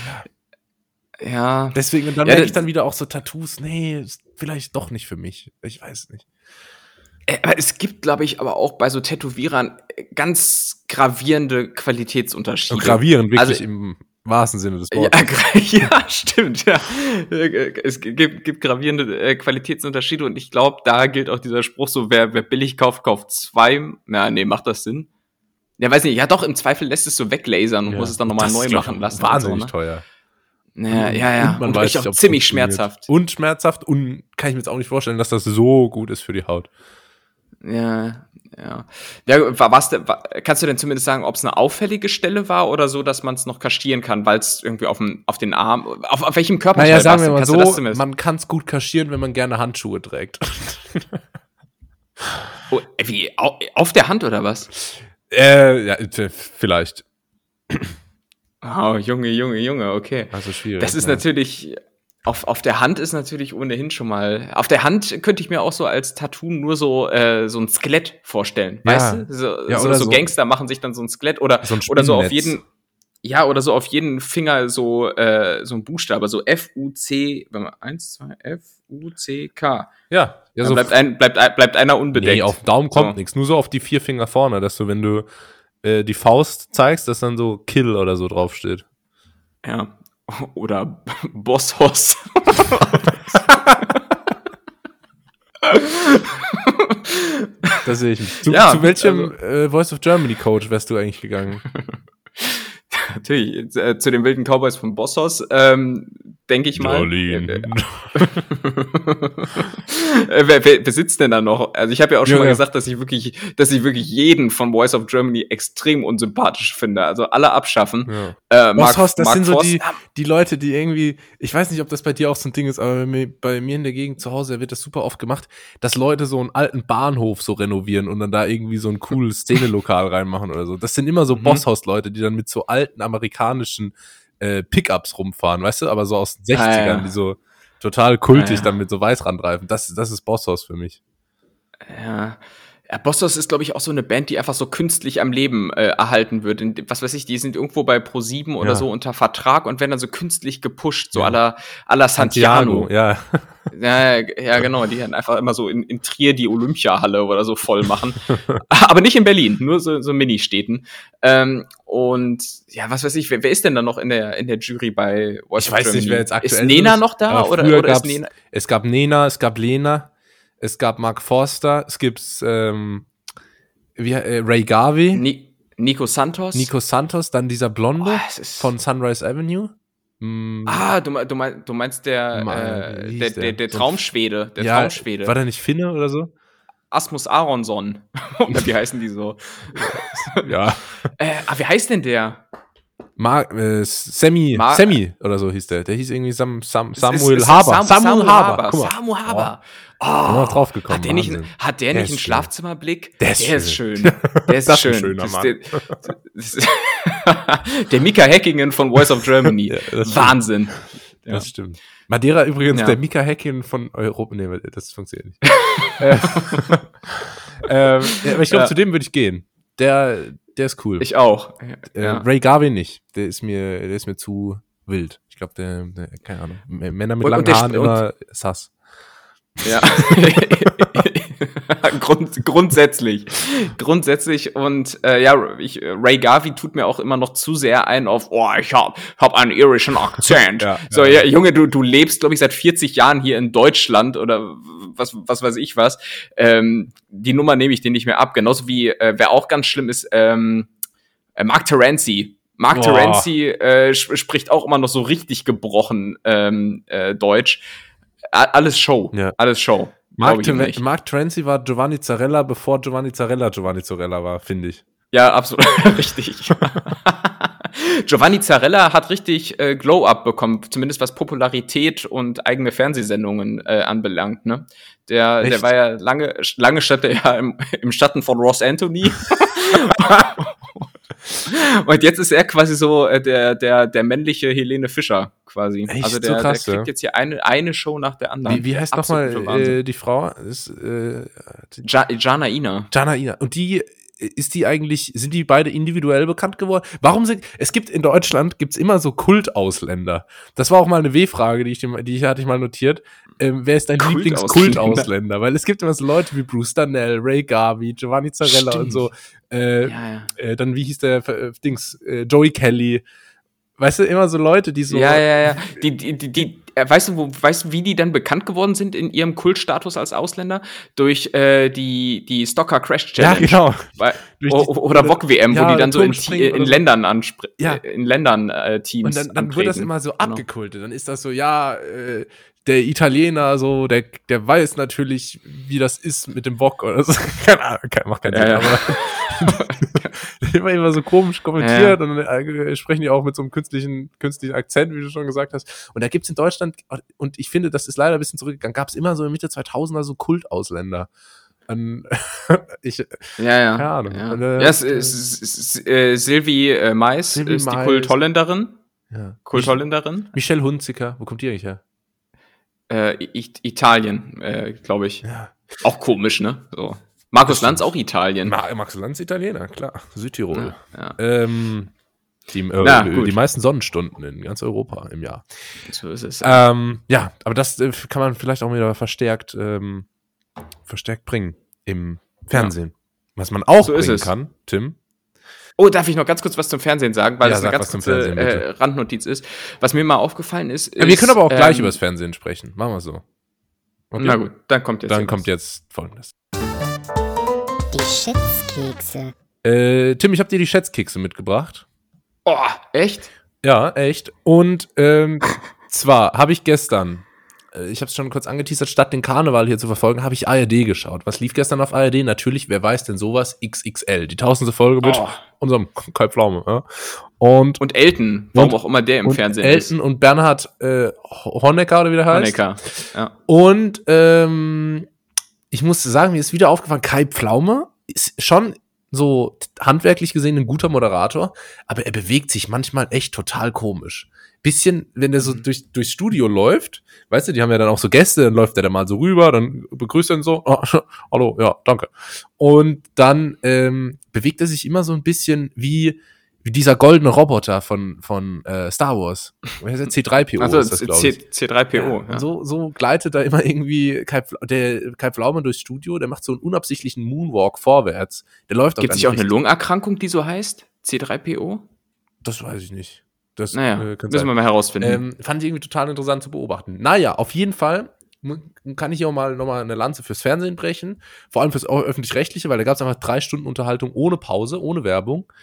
Ja. Deswegen, und dann Ja, merke das- ich dann wieder auch so Tattoos, nee, ist vielleicht doch nicht für mich. Ich weiß nicht. Äh, aber es gibt, glaube ich, aber auch bei so Tätowierern äh, ganz gravierende Qualitätsunterschiede. Und gravierend, wirklich Also- im wahrsten Sinne des Ja, Wortes. gra- ja, stimmt, ja. Äh, Es gibt, gibt gravierende äh, Qualitätsunterschiede und ich glaube, da gilt auch dieser Spruch so, wer, wer billig kauft, kauft zwei. Na, nee, macht das Sinn? Ja, weiß nicht, ja doch, im Zweifel lässt es so weglasern und Ja. muss es dann nochmal Das neu ist, glaub ich, machen lassen. Wahnsinnig und so, teuer. ne? Ja, ja, ja. Und man Und weiß ich auch nicht, ob's ziemlich funktioniert. schmerzhaft. Und schmerzhaft und kann ich mir jetzt auch nicht vorstellen, dass das so gut ist für die Haut. Ja, ja. Ja, war, war's denn, war, kannst du denn zumindest sagen, ob es eine auffällige Stelle war oder so, dass man es noch kaschieren kann, weil es irgendwie auf, dem, auf den Arm, auf, auf welchem Körperteil Naja, sagen war's wir denn? mal Kannst du das so, zumindest- man kann es gut kaschieren, wenn man gerne Handschuhe trägt. Oh, äh, wie, au- auf der Hand oder was? äh, ja, t- vielleicht. Oh, Junge, Junge, Junge, okay. Also schwierig. Das ist ja. natürlich, auf, auf der Hand ist natürlich ohnehin schon mal, auf der Hand könnte ich mir auch so als Tattoo nur so, äh, so ein Skelett vorstellen, Ja. weißt du? So, Ja, so, oder so so- Gangster machen sich dann so ein Skelett oder, So ein oder so auf Spinnennetz. jeden, Ja, oder so auf jeden Finger so, äh, so ein Buchstabe, so F U C, warte mal, eins, zwei, F U C K. Ja, ja Dann so bleibt, ein, bleibt, bleibt einer unbedeckt. Nee, auf den Daumen kommt so. nichts, nur so auf die vier Finger vorne, dass du, wenn du äh, die Faust zeigst, dass dann so Kill oder so draufsteht. Ja, oder Bosshaus. Das sehe ich nicht. Zu, Ja, zu welchem also, äh, Voice of Germany Coach wärst du eigentlich gegangen? Natürlich, äh, zu den wilden Cowboys von Bosshaus, ähm, denke ich mal. Jolene. Äh, wer, wer, wer sitzt denn da noch? Also ich habe ja auch schon ja, mal ja. gesagt, dass ich wirklich, dass ich wirklich jeden von Voice of Germany extrem unsympathisch finde. Also alle abschaffen. Ja. Äh, Mark, Bosshaus, das Mark sind so Forst, die, die Leute, die irgendwie, ich weiß nicht, ob das bei dir auch so ein Ding ist, aber bei mir, bei mir in der Gegend zu Hause wird das super oft gemacht, dass Leute so einen alten Bahnhof so renovieren und dann da irgendwie so ein cooles Szenelokal reinmachen oder so. Das sind immer so Mhm. Bosshaus-Leute, die dann mit so alten amerikanischen äh, Pickups rumfahren, weißt du, aber so aus den sechzigern, Ah, ja. die so total kultig Ah, ja. dann mit so Weißrandreifen. Das, das ist Bosshaus für mich. Ja. Ja, Bosshaus ist, glaube ich, auch so eine Band, die einfach so künstlich am Leben äh, erhalten wird. In, was weiß ich, die sind irgendwo bei ProSieben oder Ja. so unter Vertrag und werden dann so künstlich gepusht, so Ja. à la, à la Santiago. ja. Ja, ja, genau, die dann einfach immer so in, in Trier die Olympiahalle oder so voll machen. Aber nicht in Berlin, nur so, so Mini-Städten. Ähm, und ja, was weiß ich, wer, wer ist denn da noch in der, in der Jury bei Voice Ich of weiß nicht, Germany? wer jetzt aktuell Ist Nena ist, noch da? aber Oder, früher oder ist gab's- Nena? Es gab Nena, es gab Lena, es gab Mark Forster, es gibt ähm, wie, äh, Ray Garvey, Ni Nico Santos? Nico Santos, dann dieser Blonde Oh, es ist- von Sunrise Avenue. Mm, Ah, du, me- du, meinst, du meinst der, Ma- äh, wie der, hieß der? der, der So ein- Traumschwede, der ja, Traumschwede. war der nicht Finne oder so? Asmus Aronson. Oder wie heißen die so? Ja. Äh, ah, wie heißt denn der? Mar äh, Sammy, Mar- Sammy oder so hieß der. Der hieß irgendwie Sam, Sam, Es Samuel ist- es ist Haber. Sam- Samuel Samuel Haber. Haber. Guck mal. Samu Haber. Bin noch Oh, drauf gekommen. hat der nicht, Wahnsinn. hat der Der nicht ist einen schön. Schlafzimmerblick? Der ist ist schön. schön. Der ist Das ist ein schön. schöner Das- Mann. Der, das ist- der Mika Häkkinen von Voice of Germany. Ja, das stimmt. Wahnsinn. Ja. Das stimmt. Madeira übrigens Ja. der Mika Häkkinen von Europa. Nee, das funktioniert nicht. äh, ähm, ja, aber ich glaube, Ja. zu dem würde ich gehen. Der, der ist cool. Ich auch. äh, Ja. Ray Garvey nicht. Der ist mir, der ist mir zu wild. Ich glaube, der, der, keine Ahnung. M- Männer mit Und- langen und der Haaren sp- und- immer sass. Ja. Grund, grundsätzlich. Grundsätzlich und äh, ja, ich, Ray Garvey tut mir auch immer noch zu sehr ein auf, oh, ich hab, hab einen irischen Akzent. Ja, so, ja. ja, Junge, du, du lebst, glaube ich, seit vierzig Jahren hier in Deutschland oder was, was weiß ich was. Ähm, die Nummer nehme ich dir nicht mehr ab. Genauso wie, äh, wer auch ganz schlimm ist, ähm, äh, Mark Terenzi. Mark Boah. Terenzi äh, sp spricht auch immer noch so richtig gebrochen ähm, äh, Deutsch. A alles Show. Ja. Alles Show. Mark, Glaub ich ihm Ter- nicht. Mark Terenzi war Giovanni Zarella, bevor Giovanni Zarella Giovanni Zarella war, finde ich. Ja, absolut. Richtig. Giovanni Zarella hat richtig äh, Glow-Up bekommen, zumindest was Popularität und eigene Fernsehsendungen äh, anbelangt. Ne? Der, der Echt? war ja lange, lange stand er ja im, im Schatten von Ross Anthony. Und jetzt ist er quasi so äh, der, der, der männliche Helene Fischer quasi. Echt? Also So der, krass, der kriegt ja. jetzt hier eine, eine Show nach der anderen. Wie, wie heißt Absolute nochmal Wahnsinn. äh, die Frau? Ist, äh, Ja, Jana Ina. Jana Ina. Und die, ist die eigentlich, sind die beide individuell bekannt geworden? Warum sind, es gibt in Deutschland, gibt's immer so Kultausländer. Das war auch mal eine W-Frage, die ich, dem- die ich hatte ich mal notiert. Ähm, wer ist dein Kultausländer. Lieblingskultausländer? Weil es gibt immer so Leute wie Bruce Darnell, Ray Garvey, Giovanni Zarella Stimmt. und so. Äh, Ja, ja. äh, dann, wie hieß der, äh, Dings, äh, Joey Kelly. Weißt du, immer so Leute, die so. Ja, ja, ja. Die, die, die, die, äh, weißt du, wo, weißt du, wie die dann bekannt geworden sind in ihrem Kultstatus als Ausländer? Durch äh, die, die Stocker Crash Ja, Challenge. genau. Weil, Durch o- die- oder V O G W M, ja, wo die dann so in, Turmspringen Ti- oder in so. Ländern anspr Ja. äh, in Ländern äh, Teams. Und dann, dann wird das antreten. immer so Genau. abgekultet. Dann ist das so, ja, äh, der Italiener, so, der, der weiß natürlich, wie das ist mit dem Bock oder so. Keine Ahnung, kein- macht keinen Ja, Sinn, ja. aber immer, immer so komisch kommentiert Ja, ja. und dann äh, sprechen die auch mit so einem künstlichen, künstlichen Akzent, wie du schon gesagt hast. Und da gibt's in Deutschland, und ich finde, das ist leider ein bisschen zurückgegangen, gab's immer so in Mitte zweitausender so Kultausländer. Und ich, Ja, ja. Keine Ahnung. Ja, Und, äh, ja es, es, es, es, äh, Sylvie äh, Mais Sylvie ist die Mais. Kult-Holländerin. ja. Kult-Holländerin. Michelle Hunziker, wo kommt die eigentlich her? Äh, I- Italien, äh, glaube ich. Ja. Auch komisch, ne? So. Markus Das Lanz auch Italien. Ma Max Lanz Italiener, klar. Südtirol. Ja, ja. Ähm, Die, äh, Na, die meisten Sonnenstunden in ganz Europa im Jahr. So ist es. Ähm, ja, aber das äh, kann man vielleicht auch wieder verstärkt, ähm, verstärkt bringen im Fernsehen. Ja. Was man auch so bringen kann, Tim. Oh, darf ich noch ganz kurz was zum Fernsehen sagen, weil ja, das eine ganz kurze äh, Randnotiz ist. Was mir mal aufgefallen ist, ist ja, wir können aber auch ähm, gleich über das Fernsehen sprechen. Machen wir so. Okay. Na gut, dann kommt jetzt Dann kommt jetzt Folgendes. Die Schätzkekse. Äh, Tim, ich habe dir die Schätzkekse mitgebracht. Oh, echt? Ja, echt. Und ähm, zwar habe ich gestern, äh, ich habe es schon kurz angeteasert, statt den Karneval hier zu verfolgen, habe ich A R D geschaut. Was lief gestern auf A R D? Natürlich, wer weiß denn sowas? X X L, die tausendste Folge mit oh. unserem Kai Pflaume. Ja. Und, und Elton, warum und, auch immer der im und Fernsehen Elton ist. Elton und Bernhard äh, Honecker oder wie der heißt. Honecker, ja. Und ähm, ich muss sagen, mir ist wieder aufgefallen, Kai Pflaume ist schon so handwerklich gesehen ein guter Moderator, aber er bewegt sich manchmal echt total komisch. Bisschen, wenn der so mhm. durch, durchs Studio läuft, weißt du, die haben ja dann auch so Gäste, dann läuft der da mal so rüber, dann begrüßt er ihn so, oh, hallo, ja, danke. Und dann ähm, bewegt er sich immer so ein bisschen wie wie dieser goldene Roboter von von äh, Star Wars. C drei P O also ist das, glaube ich. C drei P O, ja. Ja. So, so gleitet da immer irgendwie Kai, der Kai Pflaume durchs Studio, der macht so einen unabsichtlichen Moonwalk vorwärts. Der läuft auch Gibt es nicht auch eine Lungenerkrankung, die so heißt? C drei P O? Das weiß ich nicht. Das naja, äh, müssen sein. wir mal herausfinden. Ähm, fand ich irgendwie total interessant zu beobachten. Naja, auf jeden Fall kann ich hier auch mal nochmal eine Lanze fürs Fernsehen brechen. Vor allem fürs Öffentlich-Rechtliche, weil da gab es einfach drei Stunden Unterhaltung ohne Pause, ohne Werbung.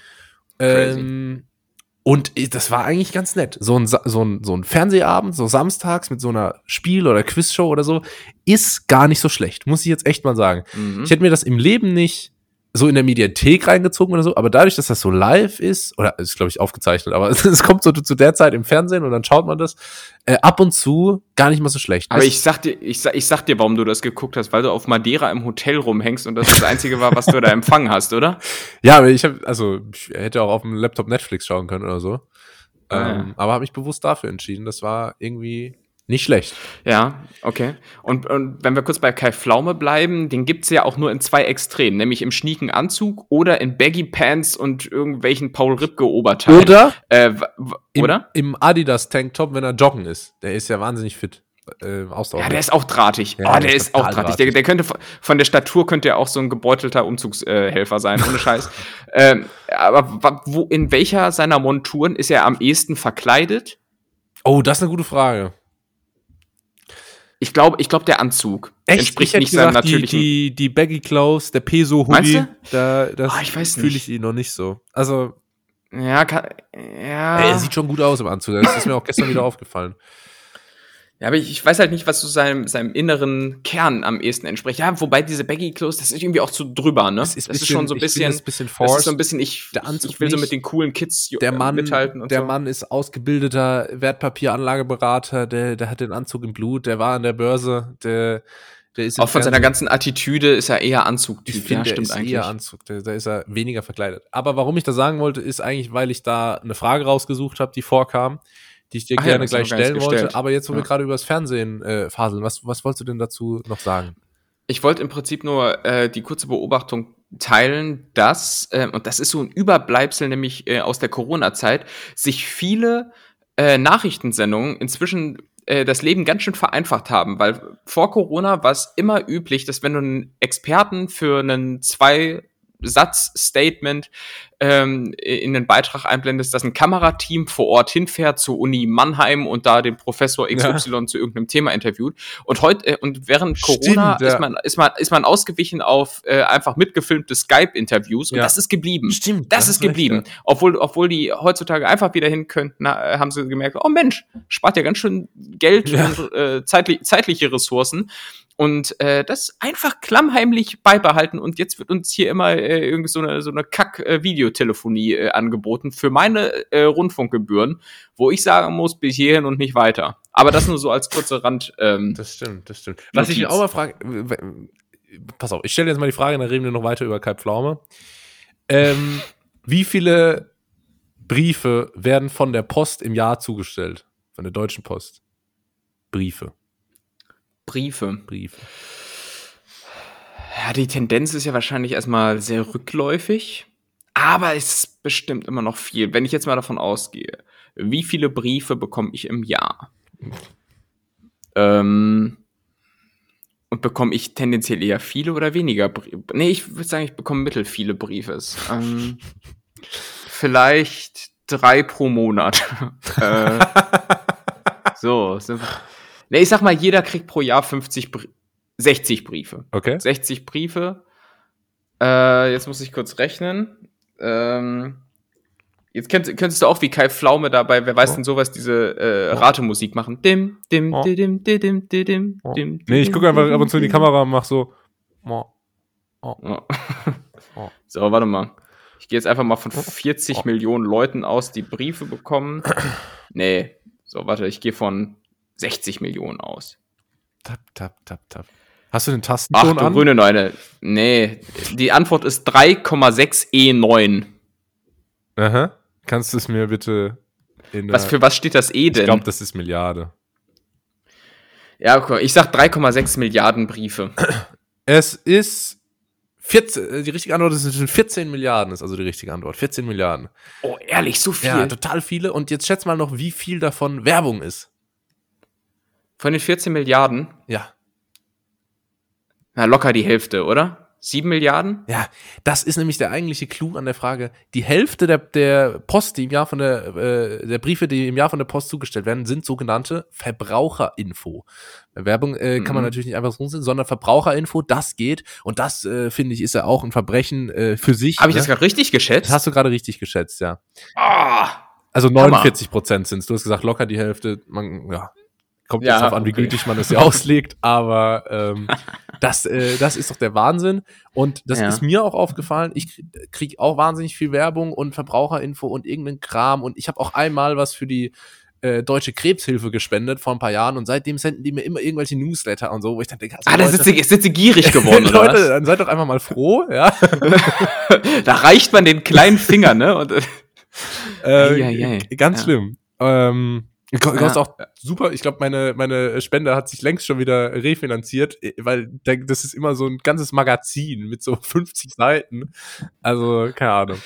Ähm, und das war eigentlich ganz nett. So ein, so, ein, so ein Fernsehabend, so samstags mit so einer Spiel- oder Quizshow oder so, ist gar nicht so schlecht, muss ich jetzt echt mal sagen. Mhm. Ich hätte mir das im Leben nicht so in der Mediathek reingezogen oder so, aber dadurch, dass das so live ist, oder ist, glaube ich, aufgezeichnet, aber es kommt so zu der Zeit im Fernsehen und dann schaut man das, äh, ab und zu gar nicht mal so schlecht. Aber ich sag dir, ich sag, ich sag dir, warum du das geguckt hast, weil du auf Madeira im Hotel rumhängst und das das Einzige war, was du da empfangen hast, oder? Ja, aber ich habe, also ich hätte auch auf dem Laptop Netflix schauen können oder so, ah, ähm, ja. aber habe mich bewusst dafür entschieden. Das war irgendwie nicht schlecht. Ja, okay. Und, und wenn wir kurz bei Kai Pflaume bleiben, den gibt's ja auch nur in zwei Extremen, nämlich im schnieken Anzug oder in Baggy Pants und irgendwelchen Paul Ripke Oberteilen. Oder? Äh, w- im, oder? Im Adidas Tanktop, wenn er joggen ist. Der ist ja wahnsinnig fit. Äh, ja, der ist auch drahtig. Ja, oh, der ist auch drahtig. Der, der könnte von der Statur könnte ja auch so ein gebeutelter Umzugshelfer äh, sein, ohne Scheiß. ähm, aber wo, in welcher seiner Monturen ist er am ehesten verkleidet? Oh, das ist eine gute Frage. Ich glaube, ich glaube, der Anzug Echt? entspricht ich nicht seinem gesagt, natürlichen. Die, die, die Baggy Clothes, der Peso-Hoodie, da, das oh, ich weiß fühle ich ihn noch nicht so. Also, ja, kann, ja. Ey, er sieht schon gut aus im Anzug. Das ist mir auch gestern wieder aufgefallen. Ja, aber ich, ich weiß halt nicht, was so seinem, seinem inneren Kern am ehesten entspricht. Ja, wobei diese Baggy Clothes, das ist irgendwie auch zu drüber, ne? Das ist, das bisschen, ist schon so ein bisschen, das bisschen forced. Das ist so ein bisschen, ich, der Anzug ich will nicht. so mit den coolen Kids der Mann, mithalten und der so. Mann ist ausgebildeter Wertpapieranlageberater, der, der hat den Anzug im Blut, der war an der Börse, der, der ist auch von seiner ganzen Attitüde ist er eher Anzugtyp. Ich finde, ja, der ist eigentlich. eher Anzug, da, da ist er weniger verkleidet. Aber warum ich das sagen wollte, ist eigentlich, weil ich da eine Frage rausgesucht habe, die vorkam, die ich dir Ach gerne ja, gleich stellen wollte. gestellt. Aber jetzt, wo ja. wir gerade über das Fernsehen äh, faseln, was, was wolltest du denn dazu noch sagen? Ich wollte im Prinzip nur äh, die kurze Beobachtung teilen, dass, äh, und das ist so ein Überbleibsel nämlich äh, aus der Corona-Zeit, sich viele äh, Nachrichtensendungen inzwischen äh, das Leben ganz schön vereinfacht haben, weil vor Corona war es immer üblich, dass wenn du einen Experten für einen zwei Satz-Statement ähm, in den Beitrag einblendest, dass ein Kamerateam vor Ort hinfährt zur Uni Mannheim und da den Professor X Y ja. zu irgendeinem Thema interviewt. Und heute äh, und während Corona Stimmt, ja. ist man ist man ist man ausgewichen auf äh, einfach mitgefilmte Skype-Interviews und ja. das ist geblieben. Stimmt, das, das ist geblieben. Recht, ja. Obwohl obwohl die heutzutage einfach wieder hin könnten, na, haben sie gemerkt, oh Mensch, spart ja ganz schön Geld ja. und äh, zeitlich, zeitliche Ressourcen. Und äh, das einfach klammheimlich beibehalten und jetzt wird uns hier immer äh, irgendwie so eine so eine Kack-Videotelefonie äh, angeboten für meine äh, Rundfunkgebühren, wo ich sagen muss, bis hierhin und nicht weiter. Aber das nur so als kurze Rand. Ähm, das stimmt, das stimmt. Was ich mich auch mal frage, pass auf, ich stelle jetzt mal die Frage, dann reden wir noch weiter über Kai Pflaume. Ähm, wie viele Briefe werden von der Post im Jahr zugestellt? Von der Deutschen Post? Briefe. Briefe. Briefe. Ja, die Tendenz ist ja wahrscheinlich erstmal sehr rückläufig. Aber es ist bestimmt immer noch viel. Wenn ich jetzt mal davon ausgehe, wie viele Briefe bekomme ich im Jahr? Ähm, und bekomme ich tendenziell eher viele oder weniger Briefe? Nee, ich würde sagen, ich bekomme mittel viele Briefe. Ähm, vielleicht drei pro Monat. äh, so. so. Nee, ich sag mal, jeder kriegt pro Jahr fünfzig, Brie- sechzig Briefe. Okay. sechzig Briefe. Äh, jetzt muss ich kurz rechnen. Ähm, jetzt könnt, könntest du auch wie Kai Pflaume dabei, wer weiß Oh. denn sowas, diese äh, Oh. Ratemusik machen. Dim, dim, Oh. dim, dim, dim, dim, dim, Oh. dim. Nee, ich gucke einfach ab und zu in die Kamera und mach so. Oh. Oh. Oh. So, warte mal. Ich gehe jetzt einfach mal von vierzig Oh. Millionen Leuten aus, die Briefe bekommen. Nee, so, warte, ich gehe von sechzig Millionen aus. Tap, tap, tap, tap. Hast du den Ach Tastenton du an? grüne Neune. Nee, die Antwort ist drei Komma sechs E neun. Aha. Kannst du es mir bitte in Was der- für was steht das E denn? Ich glaube, das ist Milliarde. Ja, guck mal, ich sag drei Komma sechs Milliarden Briefe. Es ist vierzehn, äh, die richtige Antwort ist zwischen vierzehn Milliarden, ist also die richtige Antwort. vierzehn Milliarden. Oh, ehrlich, so viel? Ja, total viele. Und jetzt schätz mal noch, wie viel davon Werbung ist. Von den vierzehn Milliarden? Ja. Na, locker die Hälfte, oder? sieben Milliarden? Ja, das ist nämlich der eigentliche Clou an der Frage. Die Hälfte der, der Post, die im Jahr von der, äh, der Briefe, die im Jahr von der Post zugestellt werden, sind sogenannte Verbraucherinfo. Bei Werbung äh, kann man Mhm. natürlich nicht einfach so sehen, sondern Verbraucherinfo, das geht. Und das, äh, finde ich, ist ja auch ein Verbrechen äh, für sich. Habe ich ne? das gerade richtig geschätzt? Das hast du gerade richtig geschätzt, ja. Ah, Also neunundvierzig Prozent sind es. Du hast gesagt, locker die Hälfte. Man, ja, kommt Ja, jetzt drauf an, wie okay. gütig man es ja auslegt. Aber ähm, das, äh, das ist doch der Wahnsinn. Und das Ja. ist mir auch aufgefallen. Ich krieg- krieg auch wahnsinnig viel Werbung und Verbraucherinfo und irgendeinen Kram. Und ich habe auch einmal was für die äh, Deutsche Krebshilfe gespendet vor ein paar Jahren. Und seitdem senden die mir immer irgendwelche Newsletter und so, wo ich dann denke, also, ah, da Leute, sind sie, sind sie gierig geworden, oder Leute, was? dann seid doch einfach mal froh, ja. Da reicht man den kleinen Finger, ne? Und, äh, Äh, Eieiei. Ganz Ja. schlimm. Ähm, ko- Ja. kostet auch super. Ich glaube, meine, meine Spende hat sich längst schon wieder refinanziert, äh, weil da- das ist immer so ein ganzes Magazin mit so fünfzig Seiten. Also, keine Ahnung.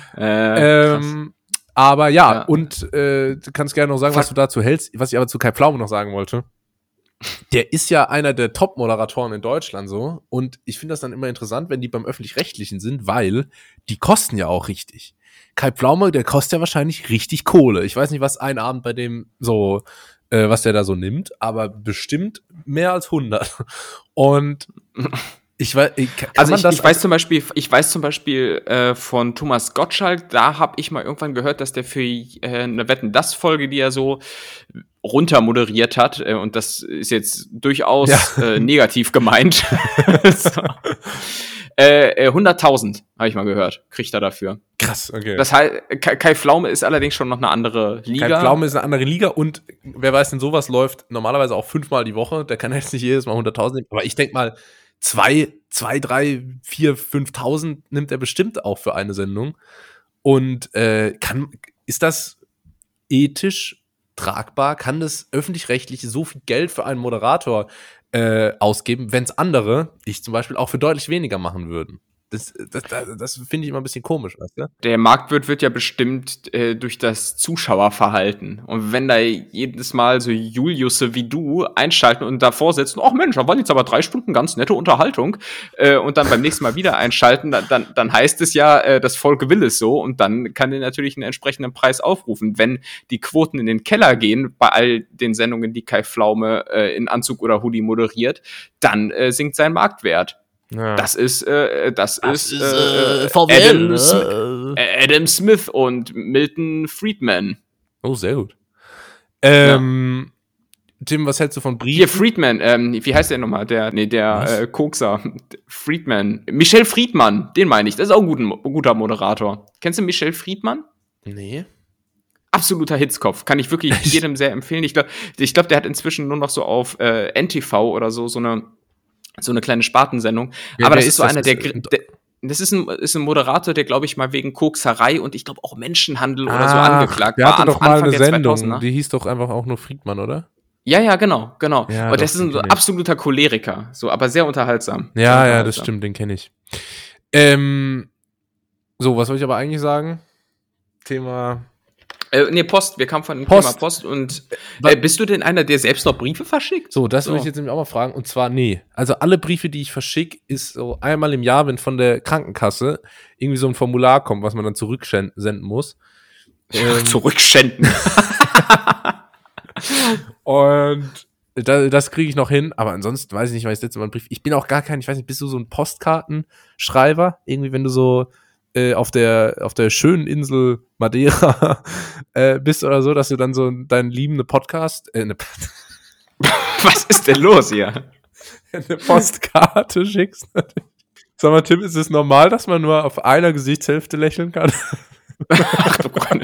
äh, Ähm, aber ja, Ja. und äh, du kannst gerne noch sagen, was du dazu hältst. Was ich aber zu Kai Pflaume noch sagen wollte. Der ist ja einer der Top-Moderatoren in Deutschland so. Und ich finde das dann immer interessant, wenn die beim Öffentlich-Rechtlichen sind, weil die kosten ja auch richtig. Kai Pflaume, der kostet ja wahrscheinlich richtig Kohle. Ich weiß nicht, was ein Abend bei dem so, äh, was der da so nimmt, aber bestimmt mehr als hundert. Und ich weiß, ich- kann Also man ich, das ich weiß zum Beispiel, ich weiß zum Beispiel äh, von Thomas Gottschalk, da habe ich mal irgendwann gehört, dass der für äh, eine Wetten-das-Folge, die er so runter moderiert hat, äh, und das ist jetzt durchaus Ja. äh, negativ gemeint, so. äh, äh, hunderttausend, habe ich mal gehört, kriegt er dafür. krass, okay. Das heißt, Kai, Kai Pflaume ist allerdings schon noch eine andere Liga. Kai Pflaume ist eine andere Liga und wer weiß denn, sowas läuft normalerweise auch fünfmal die Woche. Der kann jetzt nicht jedes Mal hunderttausend nehmen. Aber ich denke mal, zwei, zwei, drei, vier, fünftausend nimmt er bestimmt auch für eine Sendung. Und äh, kann, ist das ethisch tragbar? Kann das Öffentlich-Rechtliche so viel Geld für einen Moderator äh, ausgeben, wenn es andere, ich zum Beispiel, auch für deutlich weniger machen würden? Das, das, das, das finde ich immer ein bisschen komisch, weißt du? Der Marktwert wird ja bestimmt äh, durch das Zuschauerverhalten. Und wenn da jedes Mal so Juliusse wie du einschalten und davor sitzen, ach Mensch, da waren jetzt aber drei Stunden ganz nette Unterhaltung, äh, und dann beim nächsten Mal wieder einschalten, dann, dann, dann heißt es ja, äh, das Volk will es so, und dann kann er natürlich einen entsprechenden Preis aufrufen. Wenn die Quoten in den Keller gehen, bei all den Sendungen, die Kai Pflaume äh, in Anzug oder Hoodie moderiert, dann äh, sinkt sein Marktwert. Ja. Das ist, äh, das, Das ist, ist, äh, äh, V W L, Adam, ne? Sm- äh, Adam Smith und Milton Friedman. Oh, sehr gut. Ähm, Tim, was hältst du von Briefen? Hier, Friedman, ähm, wie heißt der nochmal? Der, nee, Was? der äh, Kokser. Friedman. Michel Friedmann, den meine ich. Das ist auch ein guter, guter Moderator. Kennst du Michel Friedmann? Nee. Absoluter Hitzkopf. Kann ich wirklich jedem sehr empfehlen. Ich glaube, ich glaub, der hat inzwischen nur noch so auf äh, N T V oder so, so eine, so eine kleine Spartensendung. Ja, Aber wer das ist ist so das? einer, der, Ist- der das ist ein, ist ein Moderator, der, glaube ich, mal wegen Kokserei und ich glaube auch Menschenhandel oder so Ach, angeklagt der war. hatte doch Anfang mal eine der Sendung, zweitausender. die hieß doch einfach auch nur Friedmann, oder? Ja, ja, genau, genau. Ja, und doch, das ist ein den kenn ich. absoluter Choleriker, so, aber sehr unterhaltsam. Sehr Ja, ja, das unterhaltsam. stimmt, den kenne ich. Ähm, So, was soll ich aber eigentlich sagen? Thema... Äh, nee, Post. Wir kamen von dem Post. Thema Post. Und äh, bist du denn einer, der selbst noch Briefe verschickt? So, das So. will ich jetzt nämlich auch mal fragen. Und zwar, nee. Also alle Briefe, die ich verschicke, ist so einmal im Jahr, wenn von der Krankenkasse irgendwie so ein Formular kommt, was man dann zurücksenden muss. Ähm, Zurückschenden. und da, das kriege ich noch hin. Aber ansonsten weiß ich nicht, weil ich das letzte Mal einen Brief... Ich bin auch gar kein, ich weiß nicht, bist du so ein Postkartenschreiber? Irgendwie, wenn du so äh, auf der auf der schönen Insel Madeira äh, bist oder so, dass du dann so deinen liebenden Podcast... Äh, eine Was ist denn los hier? eine Postkarte schickst. Sag mal, Tim, ist es normal, dass man nur auf einer Gesichtshälfte lächeln kann? Ach du Gott.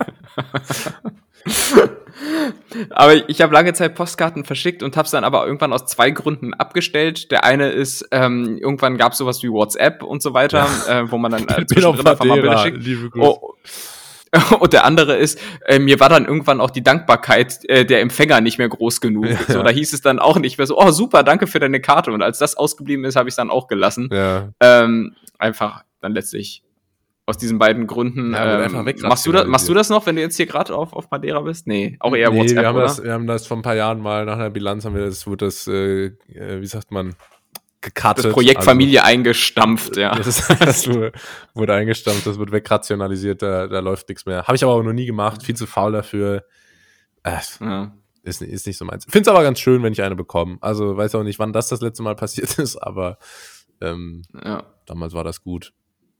Aber ich habe lange Zeit Postkarten verschickt und habe es dann aber irgendwann aus zwei Gründen abgestellt. Der eine ist, ähm, irgendwann gab es sowas wie WhatsApp und so weiter, ja. äh, wo man dann äh, zwischendrin einfach mal Bilder schickt. Oh. Und der andere ist, äh, mir war dann irgendwann auch die Dankbarkeit äh, der Empfänger nicht mehr groß genug. Ja. So, da hieß es dann auch nicht mehr so, oh super, danke für deine Karte. Und als das ausgeblieben ist, habe ich es dann auch gelassen. Ja. Ähm, einfach dann letztlich aus diesen beiden Gründen. Ja, ähm, machst, du das, machst du das noch, wenn du jetzt hier gerade auf, auf Madeira bist? Nee, auch eher nee, WhatsApp, wir haben oder? Das, wir haben das vor ein paar Jahren mal, nach einer Bilanz haben wir das, wurde das, äh, wie sagt man, gecuttet. Das Projekt also, Familie eingestampft, ja. Das, ist, das wurde eingestampft, das wird wegrationalisiert, da, da läuft nichts mehr. Habe ich aber auch noch nie gemacht, viel zu faul dafür. Äh, ja. ist, ist nicht so meins. Finde es aber ganz schön, wenn ich eine bekomme. Also weiß auch nicht, wann das das letzte Mal passiert ist, aber ähm, ja. damals war das gut.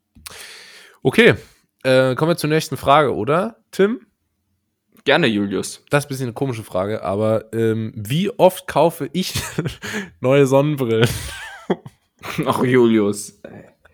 Okay, äh, kommen wir zur nächsten Frage, oder, Tim? Gerne, Julius. Das ist ein bisschen eine komische Frage, aber ähm, wie oft kaufe ich neue Sonnenbrillen? Ach, Julius.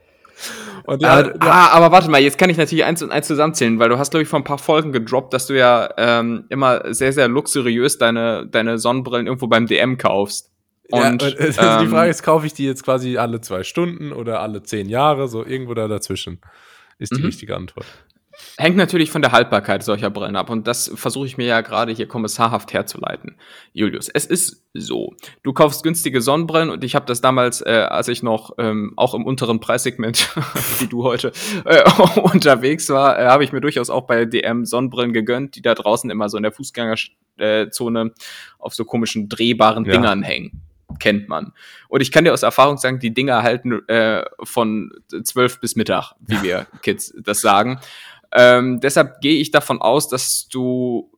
Und ja, äh, ah, aber warte mal, jetzt kann ich natürlich eins und eins zusammenzählen, weil du hast, glaube ich, vor ein paar Folgen gedroppt, dass du ja ähm, immer sehr, sehr luxuriös deine, deine Sonnenbrillen irgendwo beim D M kaufst. Und, ja, und also ähm, die Frage ist, kaufe ich die jetzt quasi alle zwei Stunden oder alle zehn Jahre, so irgendwo da dazwischen, ist die mhm. richtige Antwort. Hängt natürlich von der Haltbarkeit solcher Brillen ab und das versuche ich mir ja gerade hier kommissarhaft herzuleiten. Julius, es ist so, du kaufst günstige Sonnenbrillen und ich habe das damals, äh, als ich noch ähm, auch im unteren Preissegment, wie du heute, äh, unterwegs war, äh, habe ich mir durchaus auch bei D M Sonnenbrillen gegönnt, die da draußen immer so in der Fußgängerzone auf so komischen drehbaren ja. Dingern hängen. Kennt man. Und ich kann dir aus Erfahrung sagen, die Dinger halten äh, von zwölf bis Mittag, wie wir Kids das sagen. Ähm, deshalb gehe ich davon aus, dass du,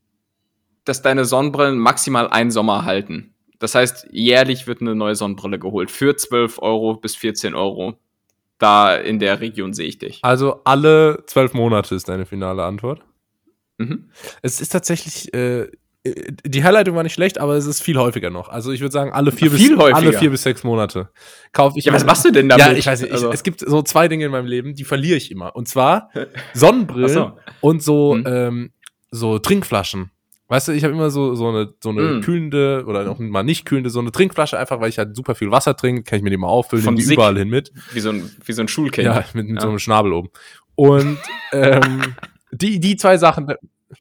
dass deine Sonnenbrillen maximal einen Sommer halten. Das heißt, jährlich wird eine neue Sonnenbrille geholt. Für zwölf Euro bis vierzehn Euro. Da in der Region sehe ich dich. Also alle zwölf Monate ist deine finale Antwort? Mhm. Es ist tatsächlich, äh, die Herleitung war nicht schlecht, aber es ist viel häufiger noch. Also ich würde sagen, alle vier, viel bis, häufiger. alle vier bis sechs Monate kaufe ich. Ja, was machst du denn damit? Ja, ich weiß nicht. Also. Ich, es gibt so zwei Dinge in meinem Leben, die verliere ich immer. Und zwar Sonnenbrillen so. und so, hm. ähm, so Trinkflaschen. Weißt du, ich habe immer so, so eine, so eine hm. kühlende oder auch mal nicht kühlende, so eine Trinkflasche einfach, weil ich halt super viel Wasser trinke, kann ich mir die mal auffüllen, Von die Sick. überall hin mit. Wie so ein, wie so ein Schulkind. Ja, mit, mit ja. so einem Schnabel oben. Und ähm, die, die zwei Sachen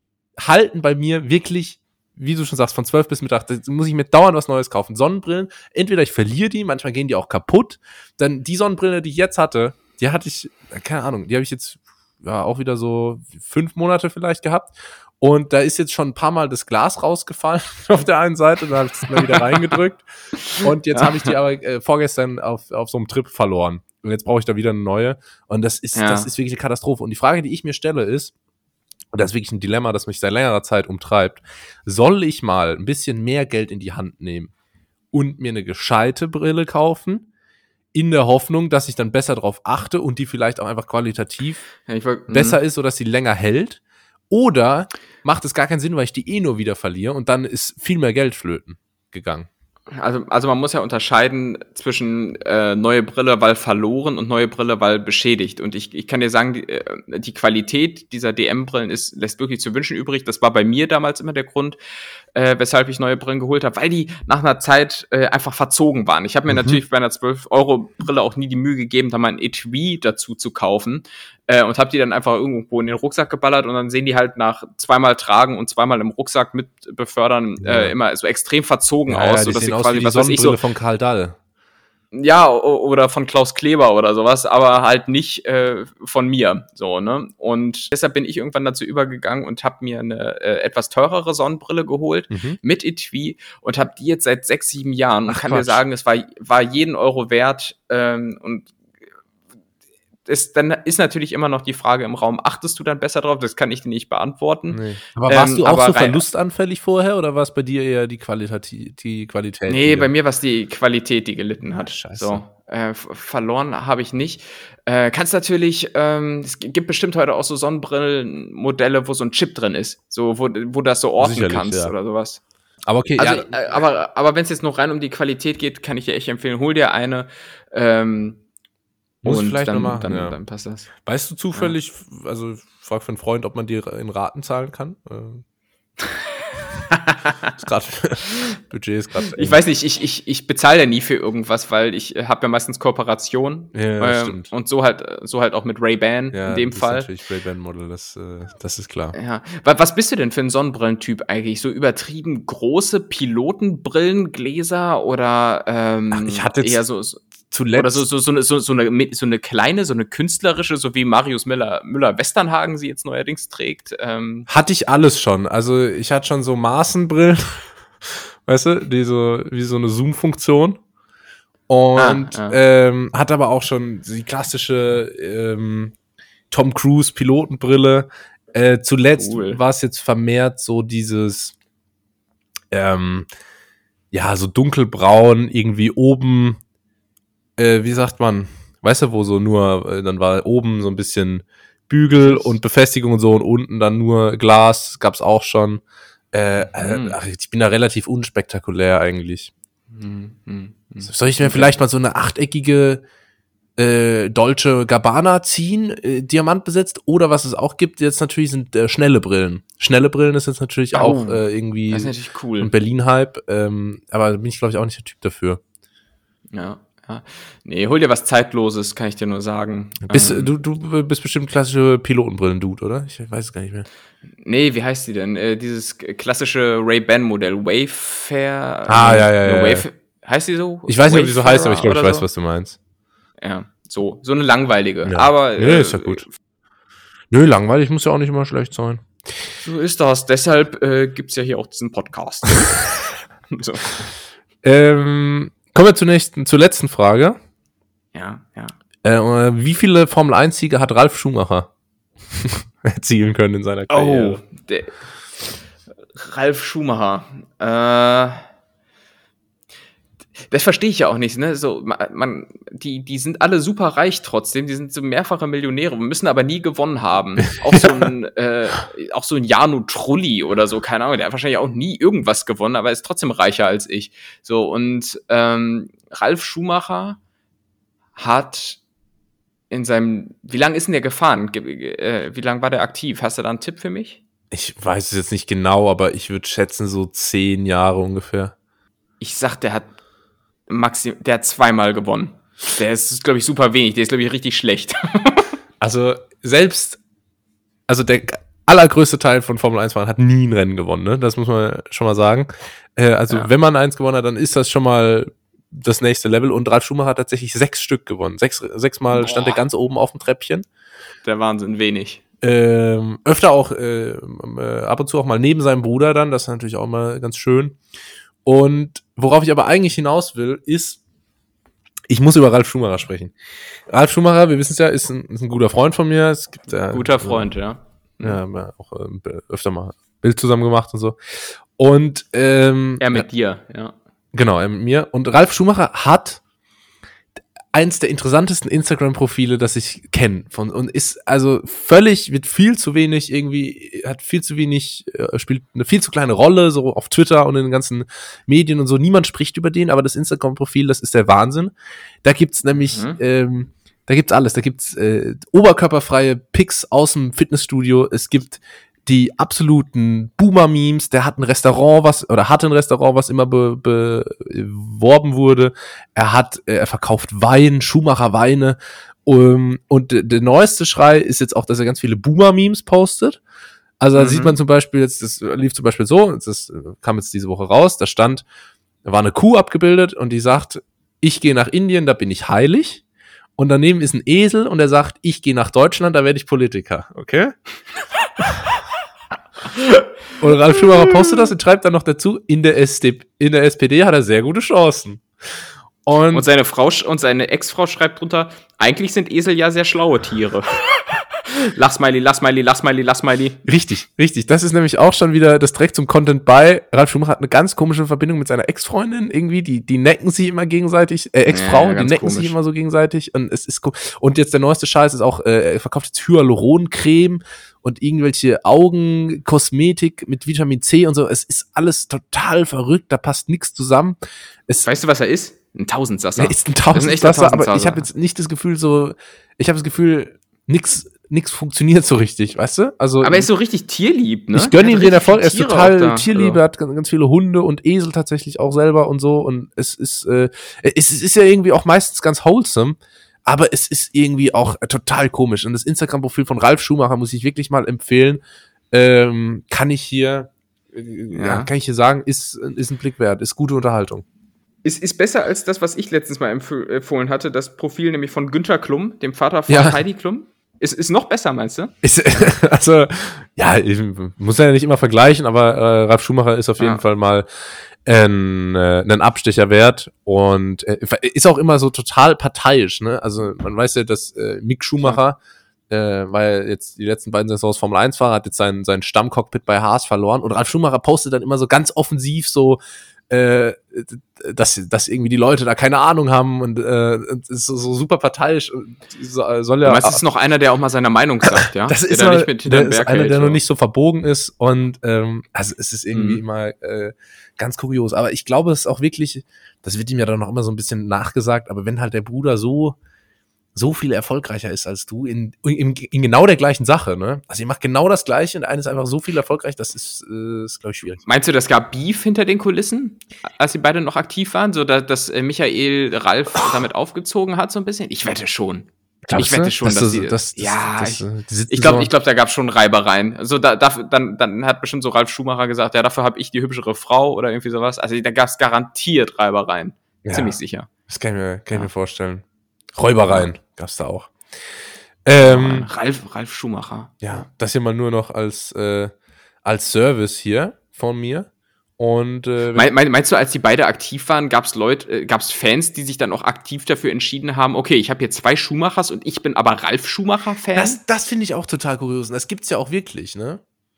halten bei mir wirklich, wie du schon sagst, von zwölf bis Mittag, da muss ich mir dauernd was Neues kaufen. Sonnenbrillen, entweder ich verliere die, manchmal gehen die auch kaputt. Dann die Sonnenbrille, die ich jetzt hatte, die hatte ich, keine Ahnung, die habe ich jetzt ja auch wieder so fünf Monate vielleicht gehabt. Und da ist jetzt schon ein paar Mal das Glas rausgefallen auf der einen Seite, dann habe ich es mal wieder reingedrückt. Und jetzt habe ich die aber äh, vorgestern auf, auf so einem Trip verloren. Und jetzt brauche ich da wieder eine neue. Und das ist, ja. das ist wirklich eine Katastrophe. Und die Frage, die ich mir stelle, ist, und das ist wirklich ein Dilemma, das mich seit längerer Zeit umtreibt, soll ich mal ein bisschen mehr Geld in die Hand nehmen und mir eine gescheite Brille kaufen, in der Hoffnung, dass ich dann besser drauf achte und die vielleicht auch einfach qualitativ ja, ich wollt, besser ist, sodass sie länger hält? Oder macht es gar keinen Sinn, weil ich die eh nur wieder verliere und dann ist viel mehr Geld flöten gegangen? Also, also man muss ja unterscheiden zwischen äh, neue Brille, weil verloren und neue Brille, weil beschädigt. Und ich, ich kann dir sagen, die, die Qualität dieser D M-Brillen ist, lässt wirklich zu wünschen übrig. Das war bei mir damals immer der Grund, äh, weshalb ich neue Brillen geholt habe, weil die nach einer Zeit äh, einfach verzogen waren. Ich habe mir mhm. natürlich bei einer zwölf Euro Brille auch nie die Mühe gegeben, da mal ein Etui dazu zu kaufen. Äh, und habe die dann einfach irgendwo in den Rucksack geballert und dann sehen die halt nach zweimal tragen und zweimal im Rucksack mit befördern ja. äh, immer so extrem verzogen ja, aus, ja, sodass sie aus quasi, wie die was weiß ich, so von Karl Dahl. Ja, o- oder von Klaus Kleber oder sowas, aber halt nicht äh, von mir, so, ne? Und deshalb bin ich irgendwann dazu übergegangen und habe mir eine äh, etwas teurere Sonnenbrille geholt Mhm. mit Etui und habe die jetzt seit sechs, sieben Jahren und Ach, kann dir Quatsch. sagen, es war, war jeden Euro wert ähm, und es, dann ist natürlich immer noch die Frage im Raum, achtest du dann besser drauf? Das kann ich dir nicht beantworten. Nee. Aber warst Ähm, du auch aber so rein- verlustanfällig vorher oder war es bei dir eher die Qualität? Die Qualität Nee, die- bei mir war es die Qualität, die gelitten hat. Scheiße. So, äh, f- verloren habe ich nicht. Äh, kannst natürlich, ähm, es gibt bestimmt heute auch so Sonnenbrillenmodelle, wo so ein Chip drin ist, so wo, wo du das so orten Sicherlich, kannst ja. oder sowas. Aber okay, Also, ja, äh, aber, aber wenn es jetzt noch rein um die Qualität geht, kann ich dir echt empfehlen, hol dir eine. Ähm, Muss ich und vielleicht dann, noch machen, dann, ja. dann passt das. weißt du zufällig, also ich frag für einen Freund, ob man dir in Raten zahlen kann? Äh, ist grad, Budget ist gerade. Ich weiß nicht, ich, ich, ich bezahle ja nie für irgendwas, weil ich äh, habe ja meistens Kooperation. Ja, das ähm, stimmt. Und so halt, so halt auch mit Ray-Ban Ja, in dem das Fall. ist natürlich Ray-Ban-Model, das, äh, das ist klar. Ja. Wa- Was bist du denn für ein Sonnenbrillentyp eigentlich? So übertrieben große Pilotenbrillengläser oder ähm, Ach, ich hatte jetzt eher so, so Zuletzt. oder so, so, so, eine, so, so, eine, so eine kleine, so eine künstlerische, so wie Marius Müller, Müller-Westernhagen sie jetzt neuerdings trägt. Ähm, Hatte ich alles schon. Also ich hatte schon so Maßenbrillen, weißt du, die so, wie so eine Zoom-Funktion. Und Ah, ah. ähm, hat aber auch schon die klassische ähm, Tom Cruise Pilotenbrille. Äh, zuletzt Cool. war es jetzt vermehrt so dieses ähm, ja, so dunkelbraun, irgendwie oben, äh, wie sagt man, weißt du, wo so nur, äh, dann war oben so ein bisschen Bügel und Befestigung und so und unten dann nur Glas, gab's auch schon. Äh, Mhm. äh, ach, ich bin da relativ unspektakulär eigentlich. hm, hm, hm. Soll ich mir vielleicht mal so eine achteckige äh, Dolce Gabbana ziehen, äh, diamantbesetzt, oder was es auch gibt jetzt natürlich sind äh, schnelle Brillen. Schnelle Brillen ist jetzt natürlich Oh, auch äh, irgendwie Das ist natürlich ein cool. Berlin-Hype, ähm, aber da bin ich glaube ich auch nicht der Typ dafür. Ja, ja. Nee, hol dir was Zeitloses, kann ich dir nur sagen. Bist, Ähm, du, du bist bestimmt klassische Pilotenbrillen-Dude, oder? Ich weiß es gar nicht mehr. Nee, wie heißt die denn? Äh, dieses klassische Ray-Ban-Modell, Wayfair. Ah, äh, ja, ja, ne, ja. Wayf- Heißt die so? Ich weiß nicht, ob die so heißt, aber ich glaube, ich Wayfarer weiß, oder was du meinst. so? Ja, so. So eine langweilige. Ja. Aber Nee, äh, ist ja gut. Nö, langweilig muss ja auch nicht immer schlecht sein. so ist das. Deshalb äh, gibt's ja hier auch diesen Podcast. so. Ähm, kommen wir zur nächsten, zur letzten Frage. Ja, ja. Äh, wie viele Formel eins Siege hat Ralf Schumacher erzielen können in seiner Oh, Karriere? der Ralf Schumacher. Äh, das verstehe ich ja auch nicht, ne? So, man, man, die, die sind alle super reich trotzdem, die sind so mehrfache Millionäre, müssen aber nie gewonnen haben. Auch so ein, äh, auch so ein Janu Trulli oder so, keine Ahnung, der hat wahrscheinlich auch nie irgendwas gewonnen, aber ist trotzdem reicher als ich. So, und ähm, Ralf Schumacher hat in seinem, wie lange ist denn der gefahren? Ge- äh, wie lange war der aktiv? Hast du da einen Tipp für mich? Ich weiß es jetzt nicht genau, aber ich würde schätzen so zehn Jahre ungefähr. Ich sag, der hat maxim, der hat zweimal gewonnen. Der ist, glaube ich, super wenig. Der ist, glaube ich, richtig schlecht. Also selbst, also der allergrößte Teil von Formel eins Fahrern hat nie ein Rennen gewonnen, ne? Das muss man schon mal sagen. Äh, also Ja. wenn man eins gewonnen hat, dann ist das schon mal das nächste Level. Und Ralf Schumacher hat tatsächlich sechs Stück gewonnen. Sechs, sechsmal Boah. stand er ganz oben auf dem Treppchen. Der Wahnsinn, wenig. Ähm, öfter auch, äh, äh, ab und zu auch mal neben seinem Bruder dann. Das ist natürlich auch mal ganz schön. Und worauf ich aber eigentlich hinaus will, ist, ich muss über Ralf Schumacher sprechen. Ralf Schumacher, wir wissen es ja, ist ein, ist ein guter Freund von mir. Es gibt ja, Guter Freund, ja. Ja, haben wir auch ähm, öfter mal Bild zusammen gemacht und so. Und ähm, Er mit dir, ja. genau, er mit mir. Und Ralf Schumacher hat eins der interessantesten Instagram-Profile, das ich kenne. Von und ist also völlig, wird viel zu wenig irgendwie, hat viel zu wenig, äh, spielt eine viel zu kleine Rolle, so auf Twitter und in den ganzen Medien und so. Niemand spricht über den, aber das Instagram-Profil, das ist der Wahnsinn. Da gibt's nämlich, Mhm. ähm, da gibt's alles. Da gibt's äh, oberkörperfreie Pics aus dem Fitnessstudio. Es gibt die absoluten Boomer-Memes. Der hat ein Restaurant, was, oder hatte ein Restaurant, was immer be, beworben wurde. Er hat, äh, er verkauft Wein, Schumacher Weine. Um, und der, der neueste Schrei ist jetzt auch, dass er ganz viele Boomer-Memes postet. Also da Mhm. sieht man zum Beispiel jetzt, das lief zum Beispiel so, das kam jetzt diese Woche raus, da stand, da war eine Kuh abgebildet und die sagt, ich gehe nach Indien, da bin ich heilig. Und daneben ist ein Esel und er sagt, ich gehe nach Deutschland, da werde ich Politiker. Okay? Und Ralf Schumacher postet das und schreibt dann noch dazu, in der, S D, in der S P D hat er sehr gute Chancen. Und, und seine Frau und seine Ex-Frau schreibt drunter, eigentlich sind Esel ja sehr schlaue Tiere. Lach Smiley, lach Smiley, lach Smiley, lach Smiley. Richtig, richtig. Das ist nämlich auch schon wieder das direkt zum Content bei. Ralf Schumacher hat eine ganz komische Verbindung mit seiner Ex-Freundin irgendwie. Die, die necken sich immer gegenseitig. Äh, Ex-Frau, ja, die necken komisch. sich immer so gegenseitig. Und es ist und jetzt der neueste Scheiß ist auch, äh, er verkauft jetzt Hyaluroncreme und irgendwelche Augenkosmetik mit Vitamin C und so. Es ist alles total verrückt. Da passt nichts zusammen. Es, weißt du, was er ist? Ein Tausendsasser. Er ist ein Tausendsasser, aber ich habe jetzt nicht das Gefühl so, ich habe das Gefühl, nix Nichts funktioniert so richtig, weißt du? Also, aber er ist so richtig tierlieb, ne? Ich gönne ihm den Erfolg, er ist Tiere total Tierliebe, also. Hat ganz, ganz viele Hunde und Esel tatsächlich auch selber und so. Und es ist, äh, es ist ja irgendwie auch meistens ganz wholesome, aber es ist irgendwie auch total komisch. Und das Instagram-Profil von Ralf Schumacher muss ich wirklich mal empfehlen. Ähm, kann ich hier, äh, ja. ja, kann ich hier sagen, ist, ist ein Blick wert, ist gute Unterhaltung. Es ist besser als das, was ich letztens mal empf- empfohlen hatte, das Profil nämlich von Günther Klum, dem Vater von ja. Heidi Klum. Ist, ist noch besser, meinst du? Ist, also, ja, ich muss ja nicht immer vergleichen, aber äh, Ralf Schumacher ist auf jeden ja. Fall mal ein, äh, ein Abstecher wert und äh, ist auch immer so total parteiisch, ne? Also man weiß ja, dass äh, Mick Schumacher, ja. äh, weil jetzt die letzten beiden Saisons Formel eins Fahrer, hat jetzt sein, sein Stammcockpit bei Haas verloren und Ralf Schumacher postet dann immer so ganz offensiv so, äh, dass, dass irgendwie die Leute da keine Ahnung haben und äh, ist so, so super parteiisch und so, soll ja. Du meinst, es ist noch einer, der auch mal seine Meinung sagt, ja? Das der ist, da mal, nicht mit der, ist Berg einer, hält, der oder? noch nicht so verbogen ist und ähm, also es ist irgendwie mhm. immer äh, ganz kurios. Aber ich glaube, es ist auch wirklich, das wird ihm ja dann noch immer so ein bisschen nachgesagt, aber wenn halt der Bruder so so viel erfolgreicher ist als du in, in, in genau der gleichen Sache, ne? Also ihr macht genau das Gleiche und der eine ist einfach so viel erfolgreich, das ist, äh, ist glaube ich, schwierig. Meinst du, das gab Beef hinter den Kulissen, als sie beide noch aktiv waren, so dass, dass Michael Ralf damit aufgezogen hat so ein bisschen? Ich wette schon. Glaubst ich wette schon, dass, dass, dass sie, das, das, ja, das, das, ich glaube, ich glaube, da gab es schon Reibereien. Also da, da, dann, dann hat bestimmt so Ralf Schumacher gesagt, ja, dafür habe ich die hübschere Frau oder irgendwie sowas. Also da gab es garantiert Reibereien, ja, ziemlich sicher. Das kann ich mir, kann ich mir vorstellen. Räubereien ja. gab's da auch. Ähm, Ralf, Ralf Schumacher. Ja, das hier mal nur noch als, äh, als Service hier von mir. Und äh, mein, mein, meinst du, als die beide aktiv waren, gab es Leute, äh, gab es Fans, die sich dann auch aktiv dafür entschieden haben, okay, ich habe hier zwei Schumachers und ich bin aber Ralf Schumacher-Fan? Das, das finde ich auch total kurios. Und das gibt's ja auch wirklich, ne?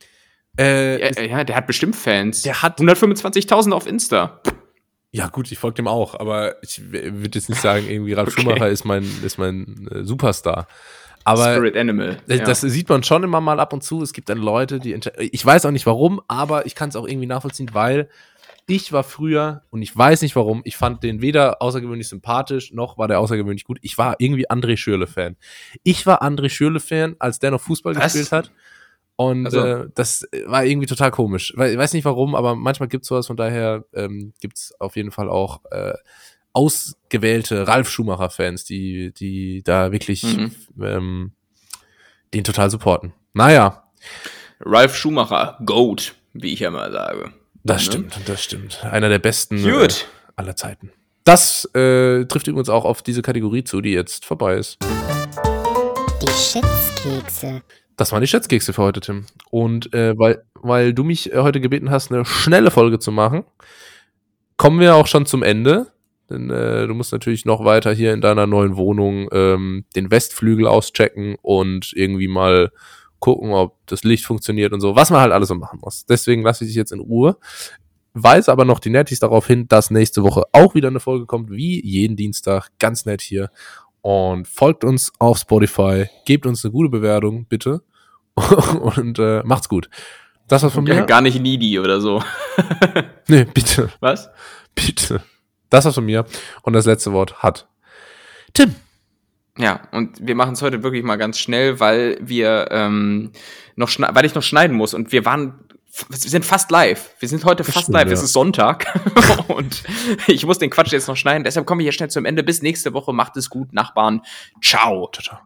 Äh, ja, ja, der hat bestimmt Fans. Der hat hundertfünfundzwanzigtausend auf Insta. Ja gut, ich folge dem auch, aber ich würde jetzt nicht sagen, irgendwie Ralf okay. Schumacher ist mein, ist mein äh, Superstar. Aber Spirit Animal. Das, ja. das sieht man schon immer mal ab und zu. Es gibt dann Leute, die entscheiden. Ich weiß auch nicht warum, aber ich kann es auch irgendwie nachvollziehen, weil ich war früher, und ich weiß nicht warum, ich fand den weder außergewöhnlich sympathisch, noch war der außergewöhnlich gut. Ich war irgendwie André Schürrle-Fan. Ich war André Schürrle-Fan, als der noch Fußball Was? gespielt hat. Und also. äh, das war irgendwie total komisch. Ich weiß nicht warum, aber manchmal gibt's sowas, von daher ähm, gibt's auf jeden Fall auch äh, ausgewählte Ralf Schumacher-Fans, die, die da wirklich mhm. ähm, den total supporten. Naja. Ralf Schumacher, GOAT, wie ich ja mal sage. Das ne? stimmt, das stimmt. Einer der besten äh, aller Zeiten. Das äh, trifft übrigens auch auf diese Kategorie zu, die jetzt vorbei ist. Die Schätzkekse. Das waren die Schätzkekse für heute, Tim. Und äh, weil, weil du mich heute gebeten hast, eine schnelle Folge zu machen, kommen wir auch schon zum Ende. Denn äh, du musst natürlich noch weiter hier in deiner neuen Wohnung ähm, den Westflügel auschecken und irgendwie mal gucken, ob das Licht funktioniert und so, was man halt alles so machen muss. Deswegen lasse ich dich jetzt in Ruhe. Weise aber noch die Nettis darauf hin, dass nächste Woche auch wieder eine Folge kommt, wie jeden Dienstag, ganz nett hier. Und folgt uns auf Spotify, gebt uns eine gute Bewertung, bitte. Und äh, macht's gut. Das war's von mir. Gar nicht needy oder so. Nee, bitte. Was? Bitte. Das war's von mir. Und das letzte Wort hat Tim. Ja, und wir machen es heute wirklich mal ganz schnell, weil wir ähm, noch schne- weil ich noch schneiden muss. Und wir waren, wir sind fast live. Wir sind heute fast stimmt, live. ja. Es ist Sonntag. Und ich muss den Quatsch jetzt noch schneiden. Deshalb komme ich hier schnell zum Ende. Bis nächste Woche. Macht es gut, Nachbarn. Ciao. Ciao, ciao.